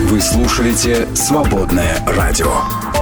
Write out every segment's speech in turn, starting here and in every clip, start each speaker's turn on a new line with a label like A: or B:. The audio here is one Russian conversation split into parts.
A: Вы слушаете «Свободное радио».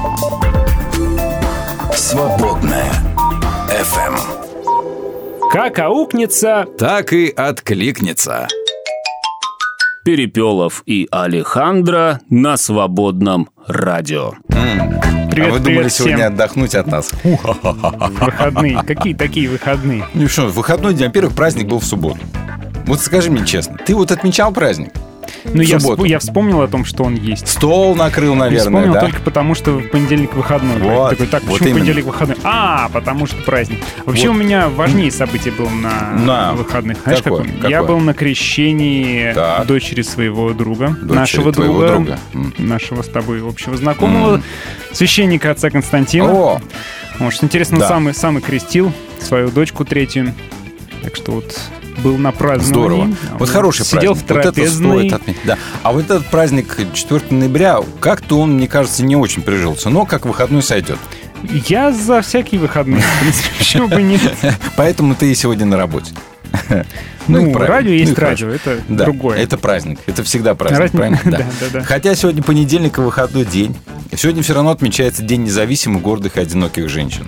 A: «Свободное FM».
B: Как аукнется,
A: так и откликнется.
C: Перепелов и Алехандро на Свободном радио.
B: Привет,
D: а вы думали
B: всем.
D: сегодня отдохнуть от нас?
B: Выходные. Какие такие выходные?
D: Ну что, выходной день, во-первых, праздник был в субботу. Вот скажи мне честно, ты вот отмечал праздник?
B: Ну,
D: субботу.
B: я вспомнил о том, что он есть.
D: Стол накрыл,
B: И
D: наверное,
B: вспомнил
D: да?
B: только потому, что в понедельник выходной.
D: Вот,
B: Такой, так,
D: вот
B: почему
D: именно.
B: понедельник выходной? Потому что праздник. Вообще
D: Вот.
B: у меня важнее событие было на выходных. Знаешь,
D: Какое?
B: какое? Я
D: Какое?
B: был на крещении
D: Так.
B: дочери своего друга.
D: Дочери
B: нашего
D: твоего друга.
B: Нашего с тобой общего знакомого. Священника отца Константина.
D: О,
B: Вот, что интересно,
D: Да.
B: он сам и крестил свою дочку третью. Так что вот был на праздновании.
D: здорово. Вот хороший
B: Сидел
D: праздник.
B: в трапезной.
D: Вот это стоит отметить. Да. А вот этот праздник 4 ноября, как-то он, мне кажется, не очень прижился. Но как выходной сойдет.
B: Я за всякие выходные. В принципе, почему бы нет?
D: Поэтому ты и сегодня на работе.
B: Ну,
D: и правильно.
B: радио есть
D: и хорошо.
B: радио, это
D: Да,
B: другое.
D: это праздник. Это всегда праздник,
B: Разница-
D: правильно?
B: Да.
D: Хотя сегодня понедельник и выходной день. Сегодня все равно отмечается День независимых, гордых и одиноких женщин.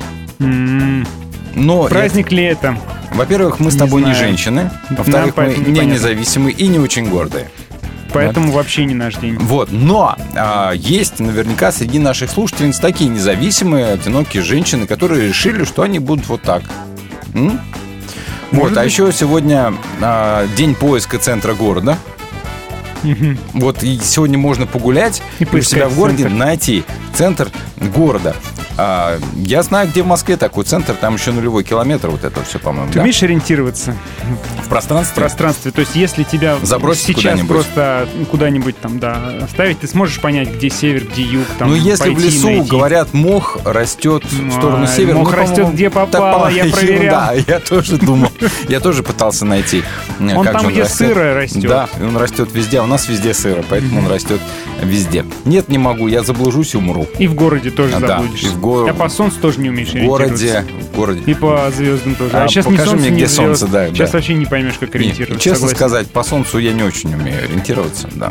D: Но
B: Праздник ли это?
D: во-первых, мы с
B: Не
D: тобой не
B: знаю.
D: женщины.
B: Нам
D: Во-вторых, мы
B: поэтому
D: не
B: непонятно.
D: независимые и не очень гордые.
B: Поэтому вообще не наш день.
D: Вот, но есть наверняка среди наших слушательниц такие независимые, одинокие женщины, которые решили, что они будут вот так. Вот,
B: Может
D: а
B: быть.
D: еще сегодня день поиска центра города. Вот и сегодня можно погулять
B: И
D: и у
B: поискать
D: себя в городе
B: центр.
D: найти центр города. Я знаю, где в Москве такой центр, там еще 0 километр, вот это все, по-моему.
B: Ты
D: да?
B: умеешь ориентироваться
D: В
B: в
D: пространстве?
B: пространстве? То есть, если тебя
D: Забросить
B: сейчас
D: куда-нибудь.
B: просто куда-нибудь там, оставить, ты сможешь понять, где север, где юг, там,
D: Ну, если в
B: пойти,
D: лесу,
B: найти.
D: говорят, мох растет в сторону
B: Ай,
D: севера.
B: мох
D: ну,
B: растет,
D: по-моему,
B: где попало, я проверял.
D: Да, я тоже думал. Я тоже пытался найти.
B: Он там, где сыро растет.
D: Да, и он растет везде. А у нас везде сыро, поэтому он растет везде. Нет, не могу, я заблужусь и умру.
B: И в городе тоже
D: Да,
B: заблудишься.
D: и в городе.
B: А по солнцу тоже не умеешь
D: В городе.
B: И по звездам тоже. А сейчас ни
D: покажи
B: солнца,
D: мне,
B: ни
D: где
B: звезд.
D: солнце, да.
B: Сейчас
D: да.
B: вообще не поймешь, как
D: Не,
B: ориентироваться.
D: честно
B: согласен.
D: сказать, по солнцу я не очень умею ориентироваться, да.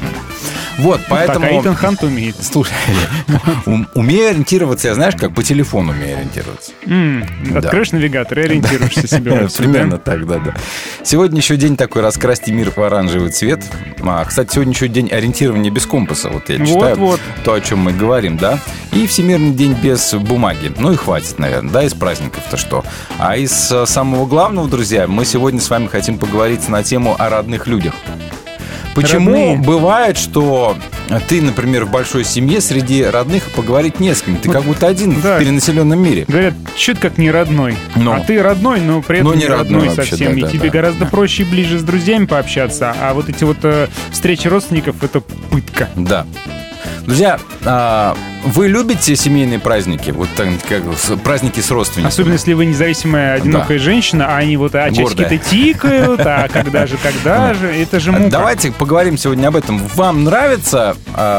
D: Вот, поэтому...
B: Так, а Итан Хант умеет.
D: Слушай, умею ориентироваться, я знаешь, как по телефону умею ориентироваться.
B: Откроешь навигатор и ориентируешься себе во всем,
D: Примерно
B: да?
D: так, да. Сегодня еще день такой, раскрасьте мир в оранжевый цвет. Кстати, сегодня еще день ориентирования без компаса. Вот я читаю
B: Вот.
D: то, о чем мы говорим, да. И Всемирный день без бумаги. Ну и хватит, наверное, да, из праздников-то что. А из самого главного, друзья, мы сегодня с вами хотим поговорить на тему о родных людях. Почему
B: Родные.
D: бывает, что ты, например, в большой семье среди родных поговорить не с кем? Ты как будто один
B: да.
D: в перенаселенном мире.
B: Говорят, чуть как не родной.
D: Но.
B: А ты родной, но при этом
D: Но не
B: не
D: родной
B: родной
D: вообще,
B: совсем.
D: да,
B: И
D: да,
B: тебе
D: да.
B: гораздо проще и ближе с друзьями пообщаться. А вот эти вот встречи родственников — это пытка.
D: Да. Друзья, вы любите семейные праздники? Вот так, как праздники с родственниками?
B: Особенно, если вы независимая одинокая женщина, а они вот часики-то
D: Гордая.
B: тикают, а когда же, это же мука.
D: Давайте поговорим сегодня об этом. Вам нравятся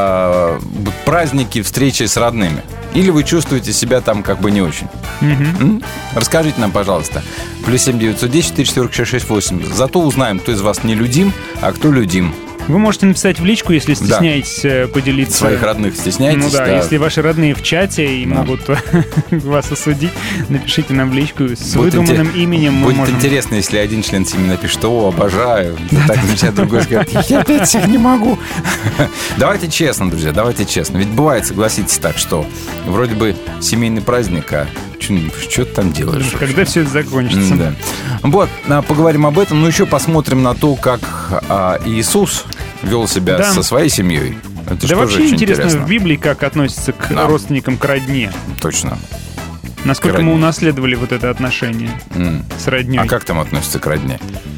D: праздники, встречи с родными? Или вы чувствуете себя там как бы не очень? Расскажите нам, пожалуйста. +7 910 446 68. Зато узнаем, кто из вас не людим, а кто людим.
B: Вы можете написать в личку, если стесняетесь поделиться.
D: Своих родных стесняетесь?
B: Ну да, если ваши родные в чате и
D: Да.
B: могут вас осудить, напишите нам в личку с
D: Будет
B: выдуманным именем. Мы
D: Будет
B: можем...
D: интересно, если один член семьи напишет: «О, обожаю». Так замечательно, другой скажет: «Я опять всех не могу». Давайте честно, друзья, давайте честно. Ведь бывает, согласитесь, так, что вроде бы семейный праздник, а что ты там делаешь?
B: Когда все это закончится.
D: Да. Вот, поговорим об этом, но еще посмотрим на то, как Иисус вел себя
B: Да.
D: со своей семьей. Это
B: Да
D: же тоже
B: вообще
D: очень
B: интересно,
D: интересно.
B: в Библии как относятся к
D: Да.
B: родственникам, к родне.
D: Точно.
B: Насколько
D: К родне.
B: мы унаследовали вот это отношение с родней.
D: А как там относятся к родне?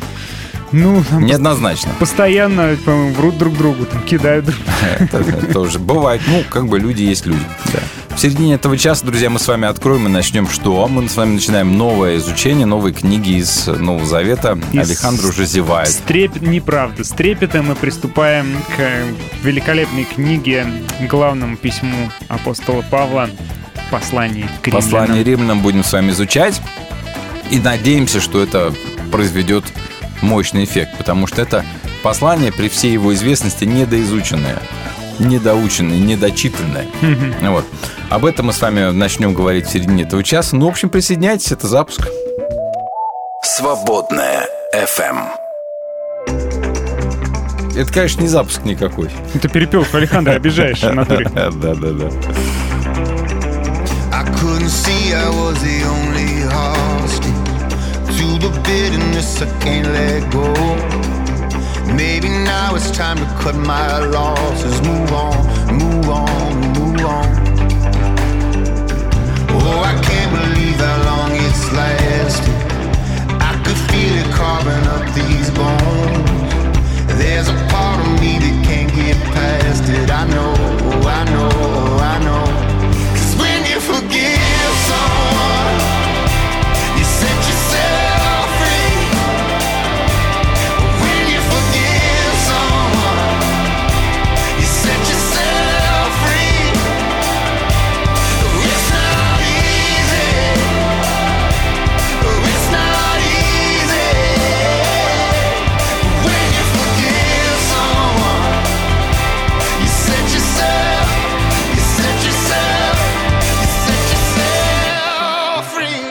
B: Ну, там
D: Неоднозначно.
B: постоянно, по-моему, врут друг другу, там, кидают друг
D: Это тоже бывает. Ну, как бы люди есть люди. В середине этого часа, друзья, мы с вами откроем и начнем что? Мы с вами начинаем новое изучение, новые книги из Нового Завета. Алехандро уже зевает.
B: Неправда. С трепетом мы приступаем к великолепной книге, главному письму апостола Павла, послание к римлянам.
D: Послание римлянам будем с вами изучать. И надеемся, что это произведет мощный эффект, потому что это послание при всей его известности недоизученное, недоученное, недочитанное. Вот. Об этом мы с вами начнем говорить в середине этого часа. Ну, в общем, присоединяйтесь, это запуск.
A: Свободная FM.
D: Это, конечно, не запуск никакой.
B: Это перепел Алехандро, обижаешь в натуре.
D: Да.
E: I couldn't see I was the only hostage to the bitterness I can't let go. Maybe now it's time to cut my losses. Move on, move on, move on. Oh, I can't believe how long it's lasted. I could feel it carving up these bones. There's a part of me that can't get past it. I know, I know, I know. 'Cause when you forgive someone, you set yourself free. When you forgive someone, you set yourself free. It's not easy. It's not easy. When you forgive someone, you set yourself, you set yourself, you set yourself free.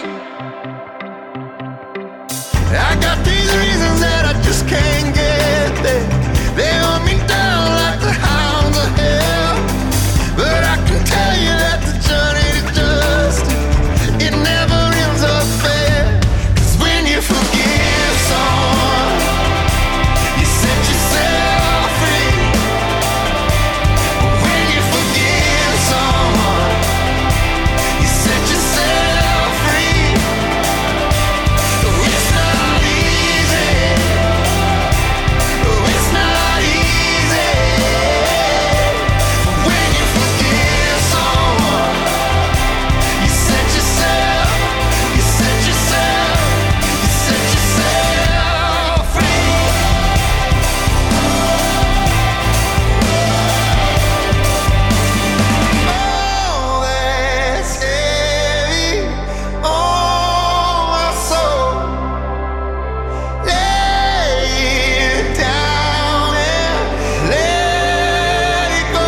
E: I got these reasons that I just can't get there. They hunt me down like the hounds of hell. But I can tell you that the journey to justice, it never ends up fair. 'Cause when you forgive someone, you set yourself free. When you forgive someone, you set yourself free. It's not easy. It's not easy. When you forgive someone, you set yourself, you set yourself, you set yourself free. Oh, that's heavy on my soul. Lay it down and let it go.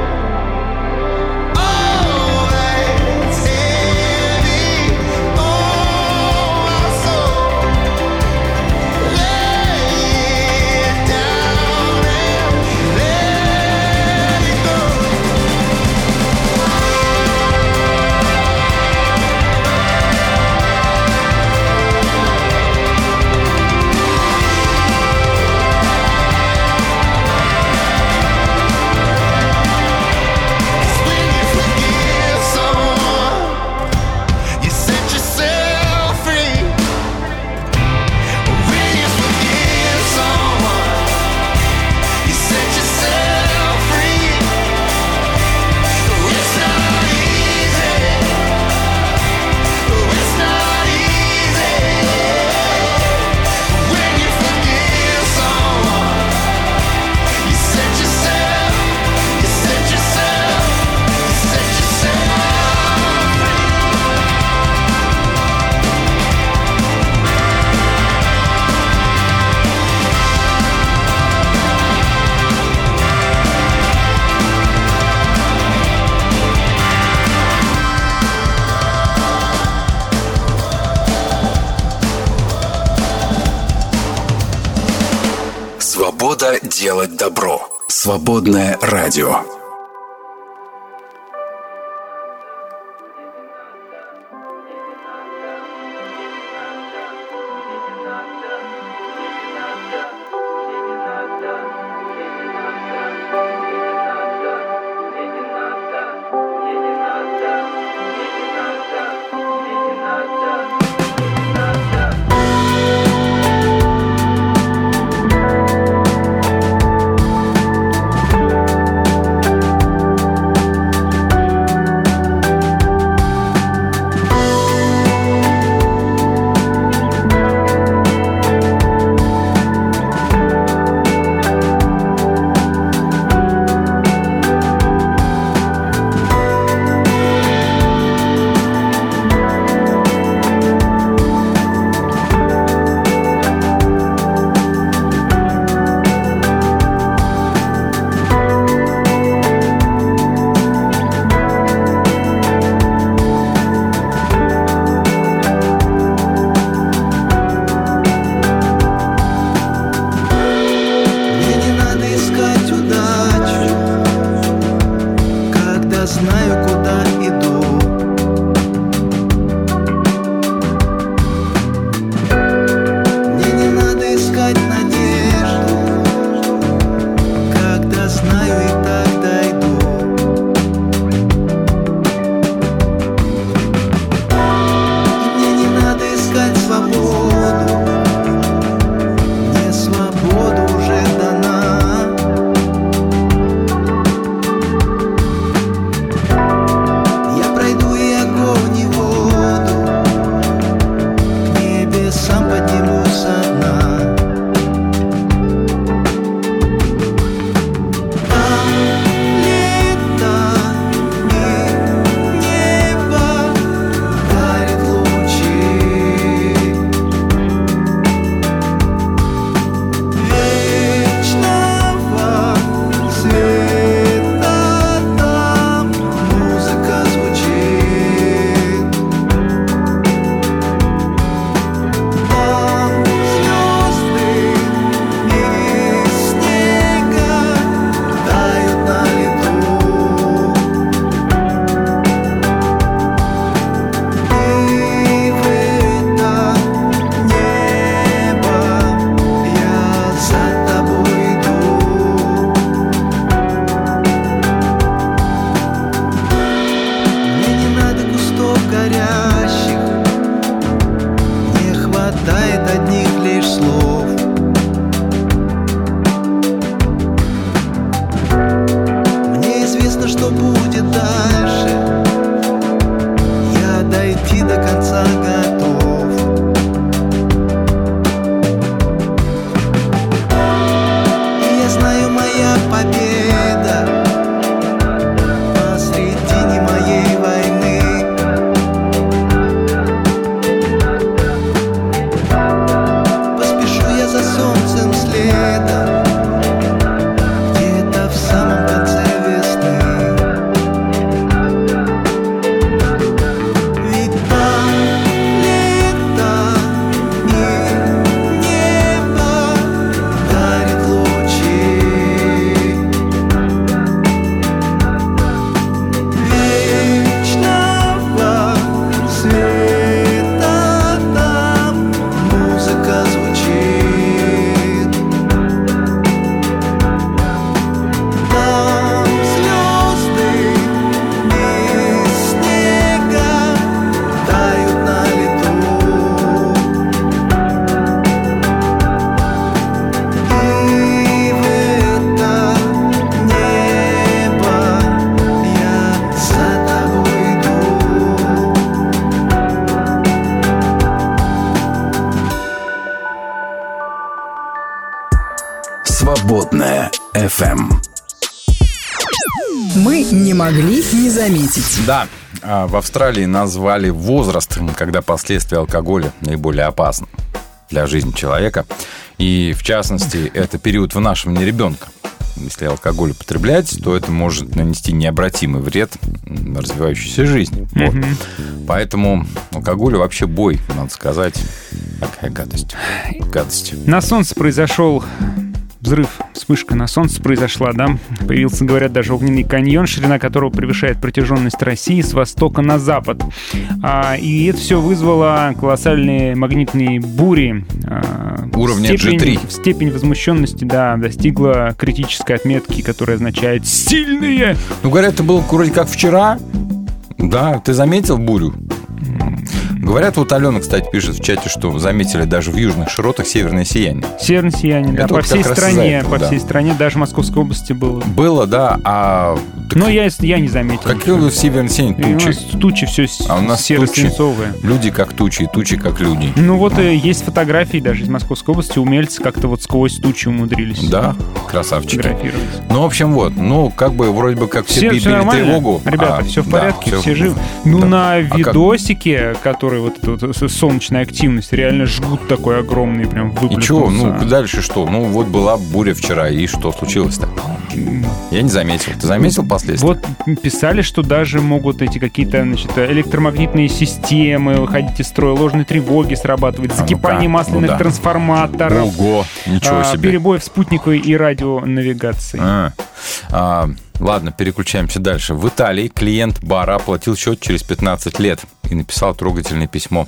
E: Oh, that's heavy on my soul. Lay it down and let it go. When you forgive someone, you set yourself free. When you forgive someone, you set yourself free. It's not easy. It's not easy. When you forgive someone, you set yourself, you set yourself, you set yourself free.
A: Свобода делать добро. Свободное радио.
E: что будет дальше. Я дойти до конца готов. И я знаю, моя победа посредине моей войны. Поспешу я за солнцем следом, где-то в самом конце весны. Ведь там лето и небо дарит лучи вечного света. Там музыка звучит, там звезды без снега тают на лету. И в это небо я за тобой иду.
A: Свободная FM.
F: Мы не могли не заметить.
D: Да, в Австралии назвали возраст, когда последствия алкоголя наиболее опасны для жизни человека. И, в частности, это период вынашивания ребенка. Если алкоголь употреблять, то это может нанести необратимый вред развивающейся жизни. Вот. Поэтому алкоголь вообще бой, надо сказать. Какая гадость. Гадость.
B: На Солнце произошел взрыв, вспышка на Солнце произошла, да? Появился, говорят, даже огненный каньон, ширина которого превышает протяженность России с востока на запад. И это все вызвало колоссальные магнитные бури.
D: Уровня G3.
B: Степень возмущенности, да, достигла критической отметки, которая означает «сильные».
D: Ну, говорят, это было вроде как вчера. Да, ты заметил бурю? Говорят, вот Алена, кстати, пишет в чате, что заметили даже в южных широтах северное сияние.
B: Северное сияние, да,
D: это
B: по
D: вот
B: всей
D: как раз
B: стране,
D: из-за этого,
B: по
D: да.
B: всей стране, даже в Московской области было.
D: Было, да,
B: Но я не заметил.
D: какие у вас северное сияние?
B: И у
D: Тучи.
B: нас тучи все
D: А у нас
B: серо-свинцовые.
D: Люди как тучи, и тучи как люди.
B: Ну вот есть фотографии даже из Московской области, умельцы как-то вот сквозь тучи умудрились.
D: Да, красавчики.
B: Фотографировать.
D: Ну, в общем, вот. Ну, как бы, вроде бы, как все били
B: нормально?
D: тревогу.
B: Ребята, все в
D: да,
B: порядке,
D: всё-
B: все живы. Ну,
D: да.
B: на
D: А как?
B: видосике, который вот эта вот солнечная активность, реально жгут такой огромный, прям
D: И
B: выплеснулся.
D: что, ну, дальше что? Ну, вот была буря вчера, и что случилось-то? Я не заметил. Ты заметил последствия?
B: Вот писали, что даже могут эти какие-то, значит, электромагнитные системы выходить из строя, ложные тревоги срабатывать, закипание
D: ну-ка,
B: масляных
D: ну да.
B: трансформаторов,
D: Ого, ничего себе.
B: перебои в спутниковой и радионавигации.
D: Ладно, переключаемся дальше. В Италии клиент бара оплатил счет через 15 лет и написал трогательное письмо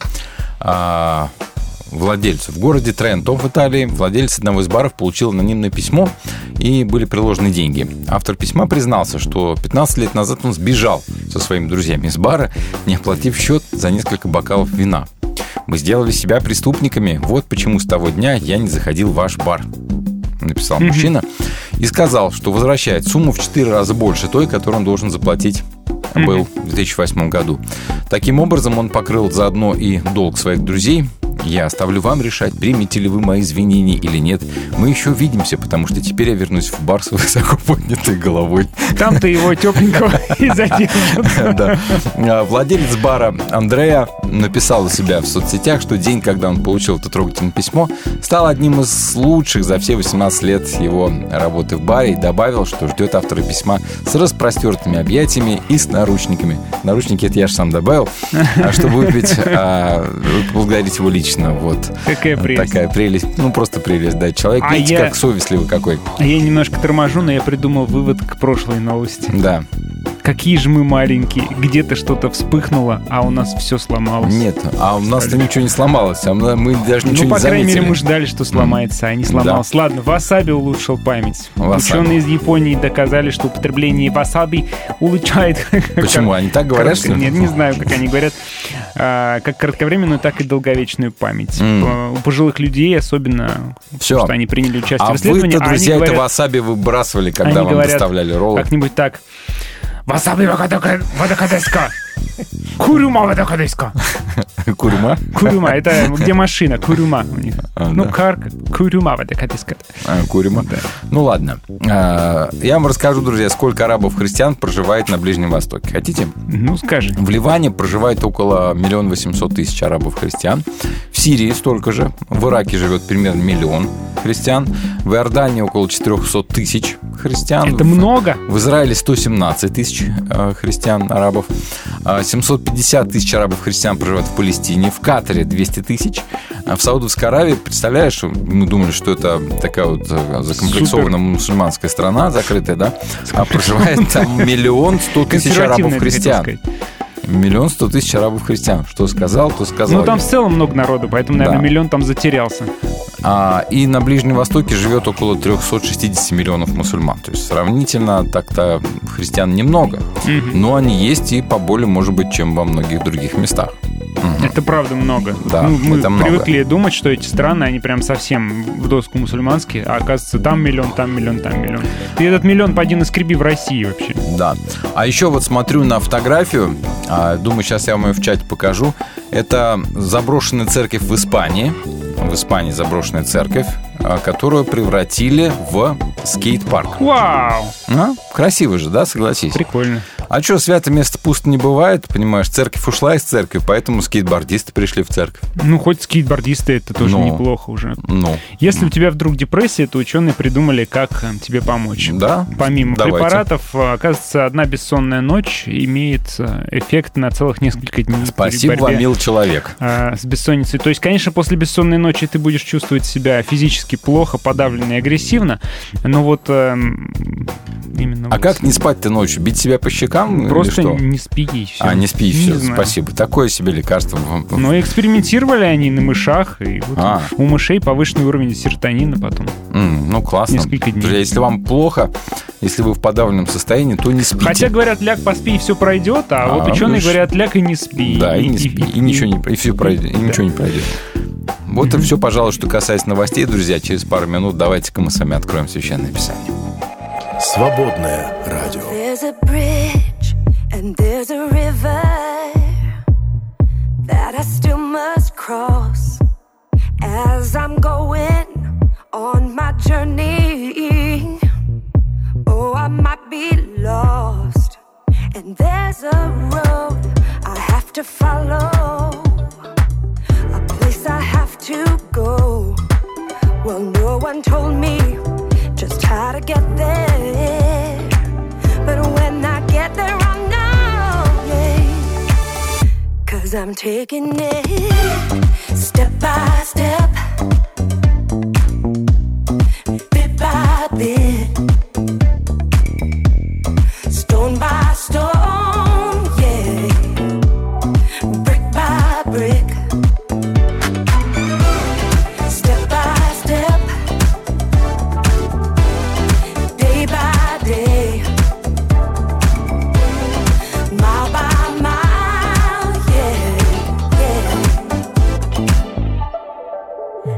D: владельцу. В городе Тренто в Италии владелец одного из баров получил анонимное письмо, и были приложены деньги. Автор письма признался, что 15 лет назад он сбежал со своими друзьями из бара, не оплатив счет за несколько бокалов вина. «Мы сделали себя преступниками, вот почему с того дня я не заходил в ваш бар», написал мужчина, и сказал, что возвращает сумму в 4 раза больше той, которую он должен заплатить был в 2008 году. Таким образом, он покрыл заодно и долг своих друзей. «Я оставлю вам решать, примете ли вы мои извинения или нет. Мы еще увидимся, потому что теперь я вернусь в бар с высоко поднятой головой».
B: Там-то его тепленького и задержат.
D: Да. Владелец бара Андреа написал у себя в соцсетях, что день, когда он получил это трогательное письмо, стал одним из лучших за все 18 лет его работы в баре, и добавил, что ждет автора письма с распростертыми объятиями и с наручниками. Наручники — это я же сам добавил, чтобы выпить, поблагодарить его лично. Вот.
B: Какая прелесть.
D: Такая прелесть. Ну, просто прелесть, да. Человек, видите, как совестливый какой.
B: Я немножко торможу, но я придумал вывод к прошлой новости.
D: Да.
B: Какие же мы маленькие. Где-то что-то вспыхнуло, а у нас все сломалось.
D: Нет, а у нас-то ничего не сломалось. А мы даже ничего не заметили.
B: Ну, по крайней мере, мы ждали, что сломается, а не сломалось.
D: Да.
B: Ладно, васаби улучшил память.
D: Васаби.
B: Ученые из Японии доказали, что употребление васаби улучшает...
D: Почему? Они так говорят, что ли?
B: Нет, не знаю, как они говорят. Как кратковременную, так и долговечную память. У пожилых людей особенно, потому что они приняли участие в исследовании.
D: А вы-то, друзья, это васаби выбрасывали, когда вам доставляли роллы.
B: Как-нибудь так. Васаби вадакадеска. Курюма вадакадеска.
D: Курюма?
B: Курюма, это где машина, курюма у них. Ну,
D: да.
B: карка, курюма вадакадеска.
D: Курюма.
B: Да.
D: Ну, ладно. Я вам расскажу, друзья, сколько арабов-христиан проживает на Ближнем Востоке. Хотите?
B: Ну, скажи.
D: В Ливане проживает около 1 800 000 арабов-христиан. В Сирии столько же. В Ираке живет примерно 1 000 000 христиан. В Иордании около 400 000 христиан.
B: Это много.
D: В Израиле 117 000 христиан, арабов. 750 000 арабов-христиан проживают в Палестине. В Катаре 200 000. В Саудовской Аравии, представляешь, мы думали, что это такая вот закомплексованная мусульманская страна, закрытая, да? А проживает там 1 100 000 арабов-христиан. 1 100 000 арабов-христиан. Что сказал, то сказал.
B: Ну, там в целом много народу, поэтому, наверное,
D: Да.
B: 1 000 000 там затерялся.
D: И на Ближнем Востоке живет около 360 миллионов мусульман. То есть сравнительно так-то христиан немного. Но они есть и поболее, может быть, чем во многих других местах.
B: Это правда много.
D: Да,
B: Ну, мы
D: это много.
B: привыкли думать, что эти страны, они прям совсем в доску мусульманские, а оказывается, там 1 000 000, там 1 000 000, там 1 000 000. Ты этот 1 000 000 поди наскреби в России вообще.
D: Да. А еще вот смотрю на фотографию, думаю, сейчас я вам ее в чате покажу. Это заброшенная церковь в Испании. В Испании заброшенная церковь, которую превратили в скейт-парк.
B: Вау!
D: Красиво же, да, согласись?
B: Прикольно.
D: А что, святое место пусто не бывает, понимаешь? Церковь ушла из церкви, поэтому скейтбордисты пришли в церковь.
B: Ну, хоть скейтбордисты, это тоже
D: Ну.
B: неплохо уже.
D: Ну,
B: Если у тебя вдруг депрессия, то ученые придумали, как тебе помочь.
D: да?
B: Помимо
D: Давайте.
B: препаратов, оказывается, одна бессонная ночь имеет эффект на целых несколько дней.
D: Спасибо
B: при
D: вам,
B: борьбе,
D: мил человек.
B: с бессонницей. То есть, конечно, после бессонной ночи ты будешь чувствовать себя физически плохо, подавленно и агрессивно, но вот именно...
D: А
B: вот
D: как не спать-то ночью? Бить себя по щекам
B: Просто
D: или что?
B: не спи и все.
D: Не спи, все,
B: знаю.
D: спасибо. Такое себе лекарство.
B: Но экспериментировали они на мышах, и вот у мышей повышенный уровень серотонина потом.
D: Ну, классно.
B: Несколько дней.
D: Друзья, если вам плохо, если вы в подавленном состоянии, то не спите.
B: Хотя говорят, ляг, поспи, и все пройдет, а вот ученые говорят, ляг и не спи.
D: Да, и не спи, и ничего не, и все пройдет, и ничего не пройдет. Вот и все, пожалуй, что касается новостей, друзья. Через пару минут давайте-ка мы с вами откроем Священное Писание.
A: Свободное радио.
G: There's a bridge and there's a river that I still must cross as I'm going on my journey. Oh, I might be lost, and there's a road I have to follow, a place I have to go. Well, no one told me just how to get there, but when I get there I'll know, yeah, 'cause I'm taking it step by step, bit by bit, stone by stone, yeah, brick by brick, step by step, day by day, mile by mile, yeah, yeah.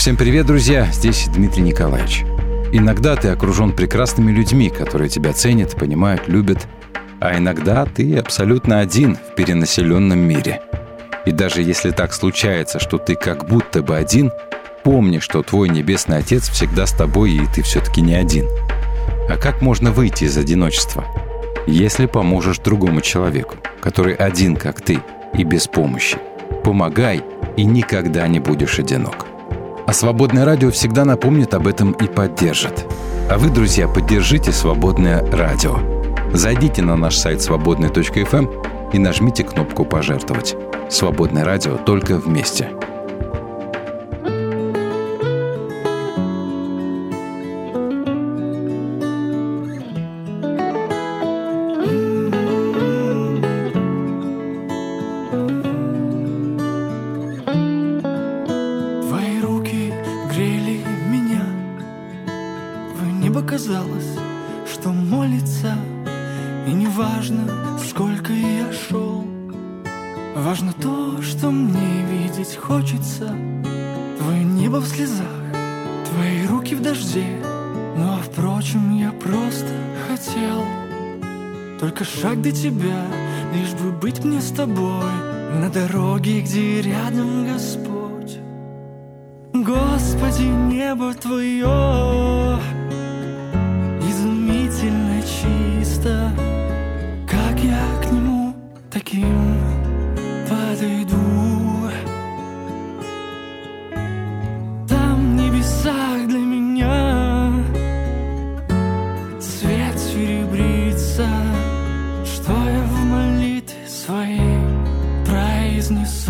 D: Всем привет, друзья! Здесь Дмитрий Николаевич. Иногда ты окружен прекрасными людьми, которые тебя ценят, понимают, любят. А иногда ты абсолютно один в перенаселенном мире. И даже если так случается, что ты как будто бы один, помни, что твой Небесный Отец всегда с тобой, и ты все-таки не один. А как можно выйти из одиночества? Если поможешь другому человеку, который один, как ты, и без помощи. Помогай, и никогда не будешь одинок. А Свободное радио всегда напомнит об этом и поддержит. А вы, друзья, поддержите Свободное радио. Зайдите на наш сайт свободный.fm и нажмите кнопку «Пожертвовать». Свободное радио только вместе.
H: Шаг до тебя, лишь бы быть мне с тобой на дороге, где рядом Господь. Господи, небо Твое изумительно чисто, как я к нему таким подойду. Там в небесах для меня свет серебрится, что я в молитве своей произнесу.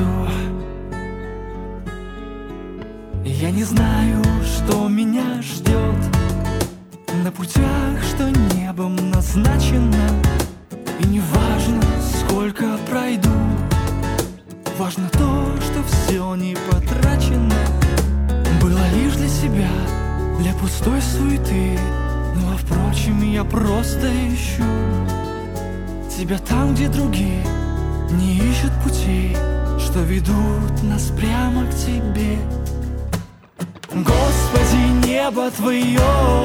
H: Я не знаю, что меня ждет на путях, что небом назначено. И не важно, сколько пройду, важно то, что все не потрачено. Было лишь для себя, для пустой суеты. Ну а впрочем, я просто ищу тебя там, где другие не ищут путей, что ведут нас прямо к тебе. Господи, небо Твое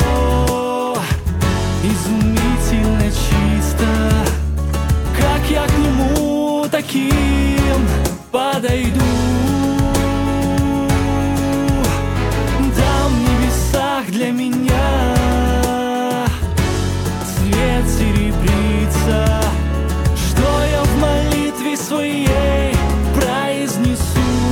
H: изумительно чисто, как я к нему таким подойду. Там в небесах для меня свет серебрится, что я в молитве своей произнесу.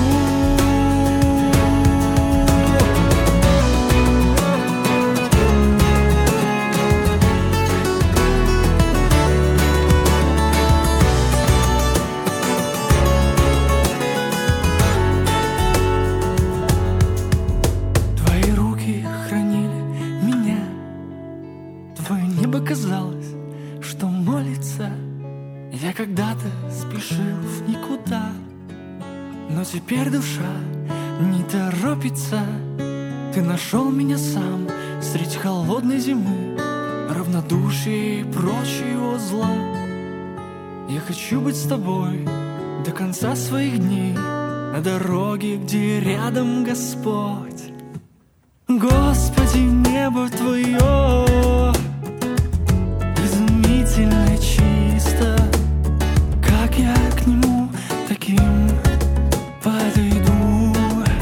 H: Твои руки хранили меня, Твое небо казалось, что молится. Я когда-то спешил в никуда, но теперь душа не торопится. Ты нашел меня сам средь холодной зимы, равнодушия и прочего зла. Я хочу быть с тобой до конца своих дней, на дороге, где рядом Господь. Господи, небо Твое изумительно чисто, как я к нему таким подойду.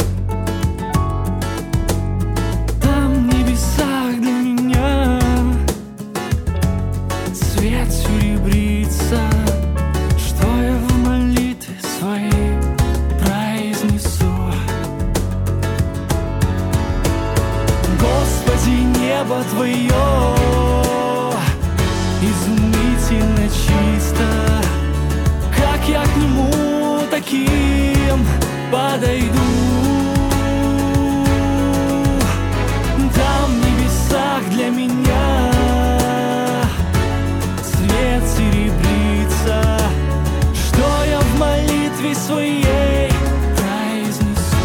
H: Там в небесах для меня свет серебрится, что я в молитве своей произнесу. Господи, небо Твое изумительно чисто, как я к нему таким подойду. Там в небесах для меня свет серебрится, что я в молитве своей произнесу.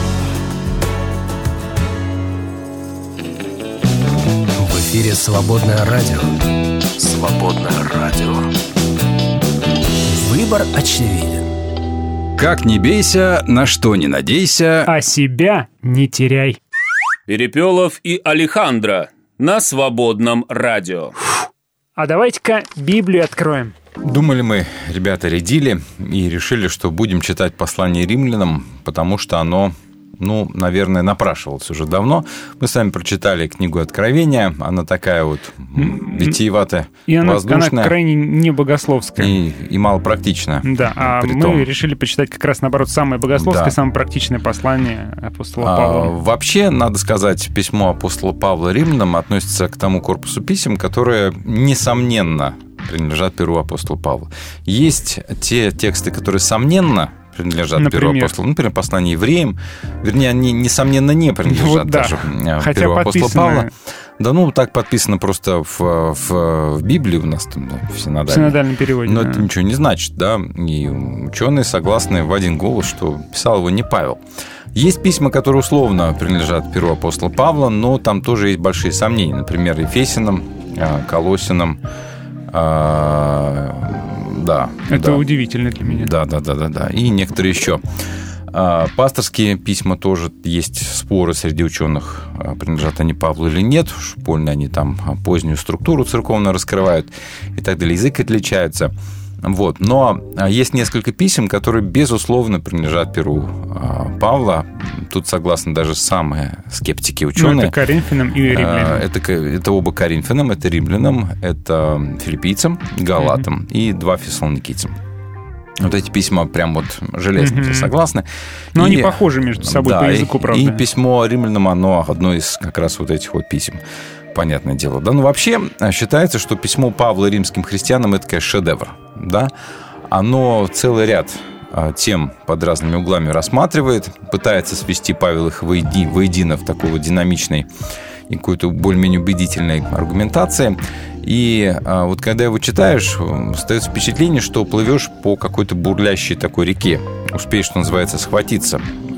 I: В эфире «Свободное радио».
C: Свободное радио.
I: Выбор очевиден.
D: Как не бейся, на что не надейся.
B: А себя не теряй.
C: Перепелов и Алехандро на Свободном радио.
B: А давайте-ка Библию откроем.
D: Думали мы, ребята, рядили и решили, что будем читать послание римлянам, потому что оно, наверное, напрашивалось уже давно. Мы с вами прочитали книгу Откровения, она такая вот витиеватая,
B: и она
D: воздушная.
B: Крайне небогословская.
D: И малопрактичная.
B: Да, а мы решили почитать как раз, наоборот, самое богословское, самое практичное послание апостола Павла.
D: Вообще, надо сказать, письмо апостола Павла римлянам относится к тому корпусу писем, которые, несомненно, принадлежат перу апостола Павла. Есть те тексты, которые, сомненно, принадлежат перу апостола. Например, послание евреям. Вернее, они, несомненно, не принадлежат даже перу апостола Павла. Да, так подписано просто в Библии у нас там, в синодальном
B: переводе.
D: Но это ничего не значит, да. И ученые согласны в один голос, что писал его не Павел. Есть письма, которые условно принадлежат перу апостола Павла, но там тоже есть большие сомнения. Например, Ефесянам, Колоссянам. Да.
B: Это удивительно для меня.
D: Да. И некоторые еще. Пасторские письма тоже есть споры среди ученых, принадлежат они Павлу или нет. Уж больно они там позднюю структуру церковную раскрывают и так далее. Язык отличается. Вот. Но есть несколько писем, которые, безусловно, принадлежат перу Павла. Тут согласны даже самые скептики ученые.
B: Это Коринфянам и римлянам.
D: Это оба Коринфянам, это римлянам, это филиппийцам, галатам и 2 фессалоникийцам. Вот эти письма прям вот железно все согласны.
B: Но они похожи между собой по языку, правда.
D: И письмо римлянам, оно одно из как раз вот этих вот писем. Понятное дело. Да, вообще считается, что письмо Павла римским христианам – это, конечно, шедевр. Да? Оно целый ряд тем под разными углами рассматривает, пытается свести Павел их воедино в такой вот динамичной и какой-то более-менее убедительной аргументации. И вот когда его читаешь, остается впечатление, что плывешь по какой-то бурлящей такой реке. Успеешь, что называется, схватиться.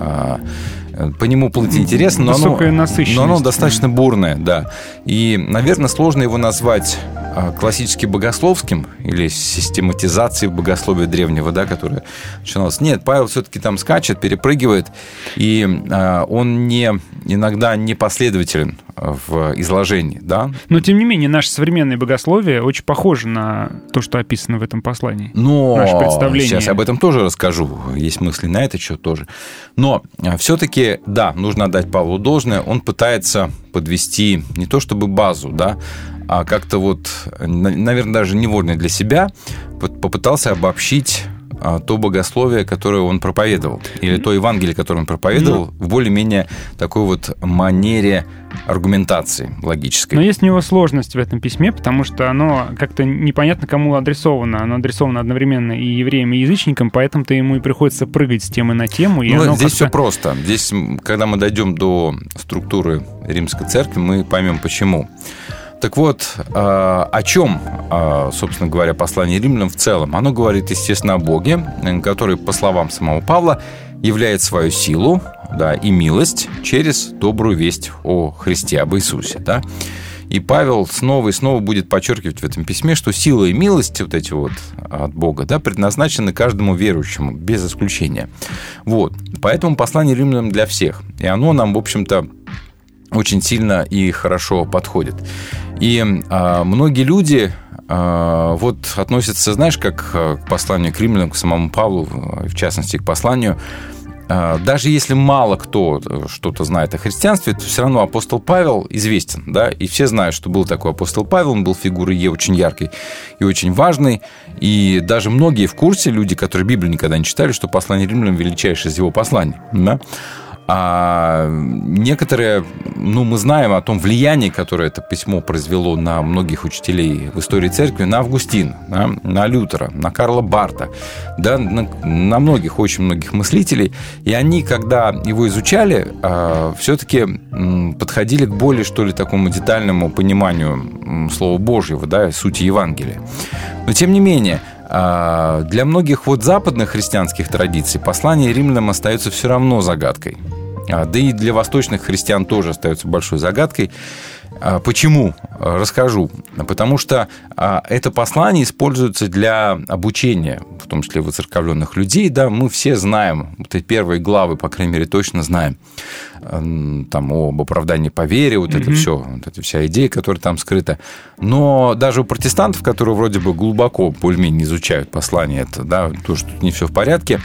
D: По нему плыть интересно, но оно достаточно бурное, да. И, наверное, сложно его назвать классически богословским или систематизацией богословия древнего, да, которое начиналось. Нет, Павел все-таки там скачет, перепрыгивает, и он иногда не последователен в изложении, да.
B: Но, тем не менее, наше современное богословие очень похоже на то, что описано в этом послании.
D: Но
B: наше представление.
D: Сейчас об этом тоже расскажу. Есть мысли на это счет тоже. Но все-таки, да, нужно отдать Павлу должное. Он пытается подвести не то чтобы базу, да, а как-то вот, наверное, даже невольно для себя попытался обобщить то богословие, которое он проповедовал, или то Евангелие, которое он проповедовал, в более-менее такой вот манере аргументации логической.
B: Но есть у него сложность в этом письме, потому что оно как-то непонятно кому адресовано. Оно адресовано одновременно и евреям, и язычникам, поэтому-то ему и приходится прыгать с темы на тему. И
D: здесь все просто. Здесь, когда мы дойдем до структуры Римской Церкви, мы поймем, почему. Так вот, о чем, собственно говоря, послание римлянам в целом? Оно говорит, естественно, о Боге, который, по словам самого Павла, являет свою силу, да, и милость через добрую весть о Христе, об Иисусе. Да? И Павел снова и снова будет подчеркивать в этом письме, что сила и милость вот эти вот от Бога, да, предназначены каждому верующему, без исключения. Вот. Поэтому послание римлянам для всех. И оно нам, в общем-то, очень сильно и хорошо подходит. И многие люди вот относятся, знаешь, как к посланию к римлянам, к самому Павлу, в частности, к посланию. Даже если мало кто что-то знает о христианстве, то все равно апостол Павел известен, да, и все знают, что был такой апостол Павел, он был фигурой очень яркой и очень важной, и даже многие в курсе, люди, которые Библию никогда не читали, что послание римлянам величайшее из его посланий, да. А некоторые, мы знаем о том влиянии, которое это письмо произвело на многих учителей в истории церкви, на Августина, на Лютера, на Карла Барта, да, на многих, очень многих мыслителей. И они, когда его изучали, все-таки подходили к более, что ли, такому детальному пониманию Слова Божьего, да, сути Евангелия. Но, тем не менее, для многих вот западных христианских традиций послание римлянам остается все равно загадкой. да и для восточных христиан тоже остается большой загадкой. Почему? Расскажу. Потому что это послание используется для обучения, в том числе выцерковленных людей. Да, мы все знаем, вот эти первые главы, по крайней мере, точно знаем, там, об оправдании по вере, вот это все, вот эта вся идея, которая там скрыта. Но даже у протестантов, которые вроде бы глубоко более-менее изучают послание, это, да, то, что тут не все в порядке,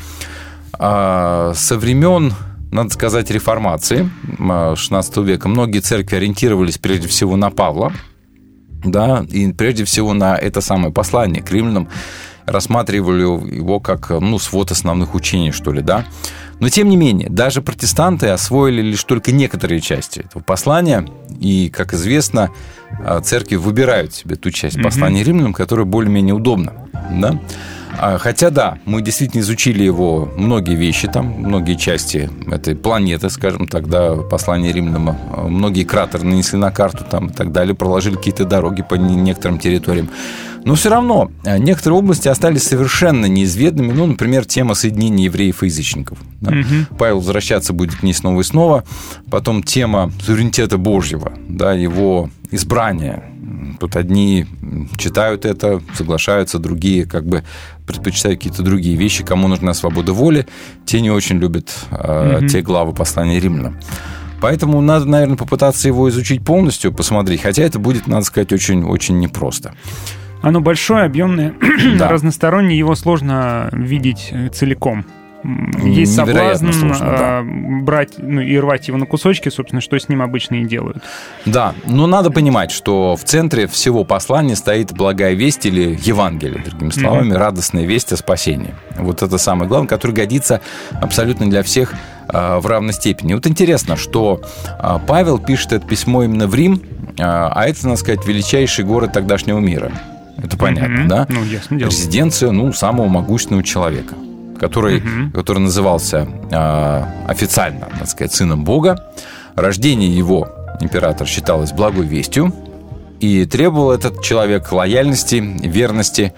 D: со времен, надо сказать, реформации XVI века многие церкви ориентировались прежде всего на Павла, да, и прежде всего на это самое послание к римлянам, рассматривали его как, свод основных учений, что ли, да. Но, тем не менее, даже протестанты освоили лишь только некоторые части этого послания, и, как известно, церкви выбирают себе ту часть послания римлянам, которая более-менее удобна, да. Хотя, да, мы действительно изучили его, многие вещи там, многие части этой планеты, скажем так, да, послание римлянам, многие кратеры нанесли на карту там и так далее, проложили какие-то дороги по некоторым территориям. Но все равно некоторые области остались совершенно неизведанными, например, тема соединения евреев и язычников. Да? Павел возвращаться будет к ней снова и снова. Потом тема суверенитета Божьего, да, его избрания. Тут одни читают это, соглашаются, другие как бы предпочитают какие-то другие вещи. Кому нужна свобода воли, те не очень любят те главы послания римлянам. Поэтому надо, наверное, попытаться его изучить полностью, посмотреть. Хотя это будет, надо сказать, очень-очень непросто.
B: Оно большое, объемное, да. Разностороннее, его сложно видеть целиком. Есть соблазн брать и рвать его на кусочки, собственно, что с ним обычно и делают.
D: Да, но надо понимать, что в центре всего послания стоит благая весть или Евангелие, другими словами, радостная весть о спасении. Вот это самое главное, которое годится абсолютно для всех в равной степени. Вот интересно, что Павел пишет это письмо именно в Рим, а это, надо сказать, величайший город тогдашнего мира. Это понятно, да?
B: Ясно дело.
D: Резиденция, самого могущественного человека, который назывался официально, надо сказать, сыном Бога. Рождение его, император, считалось благой вестью, и требовал этот человек лояльности, верности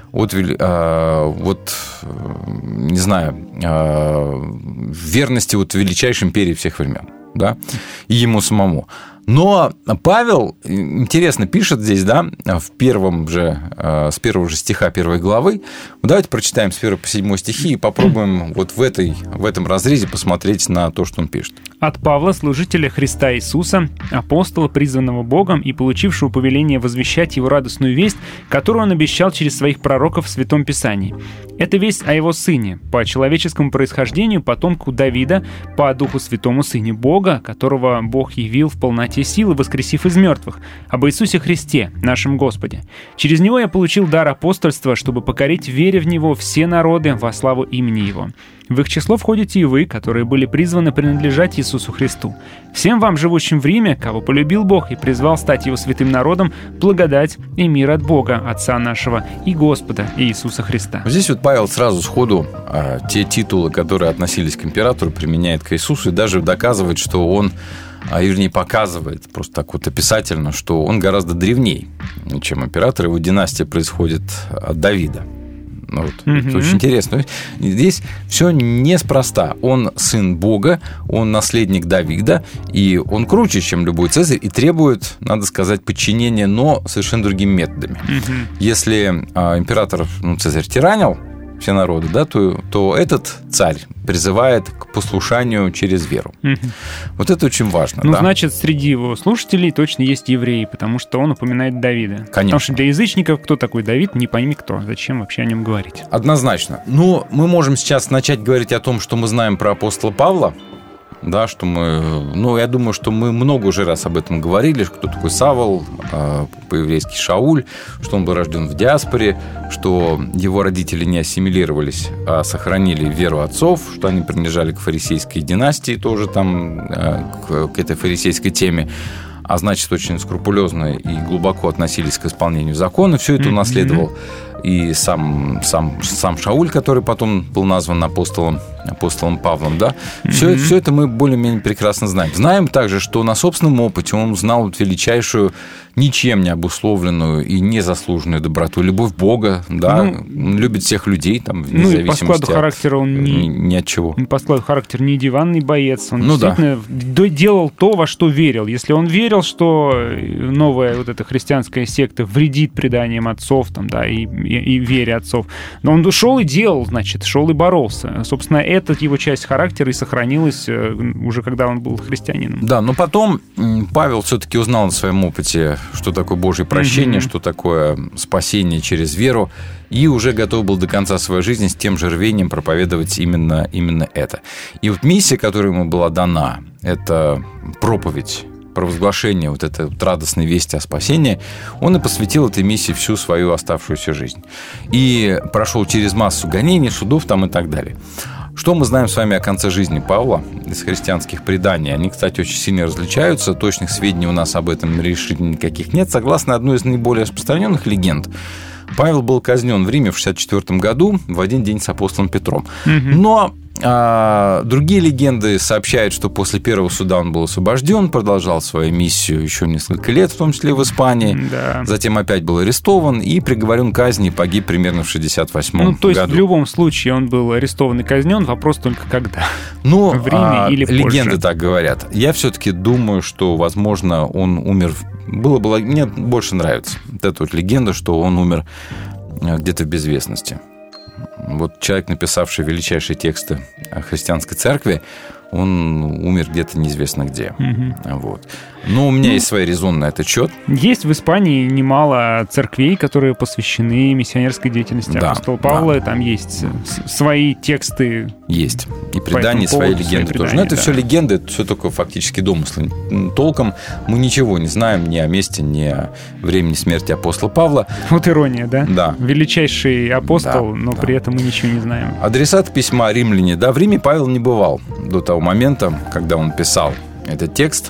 D: верности величайшей империи всех времен, да, и ему самому. Но Павел, интересно, пишет здесь, да, с первого же стиха первой главы. Давайте прочитаем с 1 по 7 стихи и попробуем вот в этом разрезе посмотреть на то, что он пишет.
B: «От Павла, служителя Христа Иисуса, апостола, призванного Богом и получившего повеление возвещать его радостную весть, которую он обещал через своих пророков в Святом Писании. Это весть о его сыне, по человеческому происхождению, потомку Давида, по Духу Святому, сыне Бога, которого Бог явил в полноте силы, воскресив из мертвых, об Иисусе Христе, нашем Господе. Через него я получил дар апостольства, чтобы покорить, веря в него, все народы во славу имени его. В их число входите и вы, которые были призваны принадлежать Иисусу Христу. Всем вам, живущим в Риме, кого полюбил Бог и призвал стать его святым народом, благодать и мир от Бога, Отца нашего и Господа Иисуса Христа».
D: Здесь Павел сразу сходу те титулы, которые относились к императору, применяет к Иисусу и даже доказывает, что он, вернее, показывает просто так вот описательно, что он гораздо древней, чем император. Его династия происходит от Давида. Это очень интересно. Здесь все неспроста. Он сын Бога, он наследник Давида, и он круче, чем любой Цезарь, и требует, надо сказать, подчинения, но совершенно другими методами. Если император, Цезарь, тиранил все народы, да, то этот царь призывает к послушанию через веру. Вот это очень важно.
B: Значит, среди его слушателей точно есть евреи, потому что он упоминает Давида.
D: Конечно.
B: Потому что для язычников кто такой Давид, не пойми кто. Зачем вообще о нем говорить?
D: Однозначно. Но мы можем сейчас начать говорить о том, что мы знаем про апостола Павла. Да, что мы, я думаю, что мы много уже раз об этом говорили, кто такой Савл, по-еврейски Шауль, что он был рожден в диаспоре, что его родители не ассимилировались, а сохранили веру отцов, что они принадлежали к фарисейской династии, тоже там к этой фарисейской теме, а значит, очень скрупулезно и глубоко относились к исполнению закона, все это унаследовал и сам Шауль, который потом был назван апостолом Павлом, да, все это мы более-менее прекрасно знаем. Знаем также, что на собственном опыте он узнал величайшую, ничем не обусловленную и незаслуженную доброту, любовь Бога, да, он любит всех людей, там, вне зависимости
B: по складу характера он
D: ни от чего.
B: По складу характера не диванный боец, он действительно делал то, во что верил. Если он верил, что новая вот эта христианская секта вредит преданиям отцов, там, да, и вере отцов, но он шел и делал, значит, шел и боролся. Собственно, эта его часть характера и сохранилась уже когда он был христианином.
D: Да, но потом Павел все-таки узнал на своем опыте, что такое Божье прощение, что такое спасение через веру, и уже готов был до конца своей жизни с тем же рвением проповедовать именно это. И вот миссия, которая ему была дана, это проповедь, провозглашение вот этой вот радостной вести о спасении, он и посвятил этой миссии всю свою оставшуюся жизнь. И прошел через массу гонений, судов там и так далее. Что мы знаем с вами о конце жизни Павла из христианских преданий? Они, кстати, очень сильно различаются. Точных сведений у нас об этом решительно никаких нет. Согласно одной из наиболее распространенных легенд, Павел был казнен в Риме в 1964 году в один день с апостолом Петром. Но другие легенды сообщают, что после первого суда он был освобожден, продолжал свою миссию еще несколько лет, в том числе в Испании. Да. Затем опять был арестован и приговорен к казни и погиб примерно в 1968 году.
B: То есть в любом случае он был арестован и казнен, вопрос только когда? В Риме или позже?
D: Легенды так говорят. Я все-таки думаю, что, возможно, он умер... Мне больше нравится вот эта вот легенда, что он умер где-то в безвестности. Вот человек, написавший величайшие тексты христианской церкви, он умер где-то неизвестно где. Вот. Но у меня есть свои резоны на этот счет.
B: Есть в Испании немало церквей, которые посвящены миссионерской деятельности апостола Павла. Там есть свои тексты.
D: Есть. И предания, свои легенды тоже. Но это все легенды, это все только фактически домыслы. Толком мы ничего не знаем ни о месте, ни о времени смерти апостола Павла.
B: Вот ирония, да?
D: Да.
B: Величайший апостол, но при этом мы ничего не знаем.
D: Адресат письма римляне. Да, в Риме Павел не бывал до того момента, когда он писал этот текст.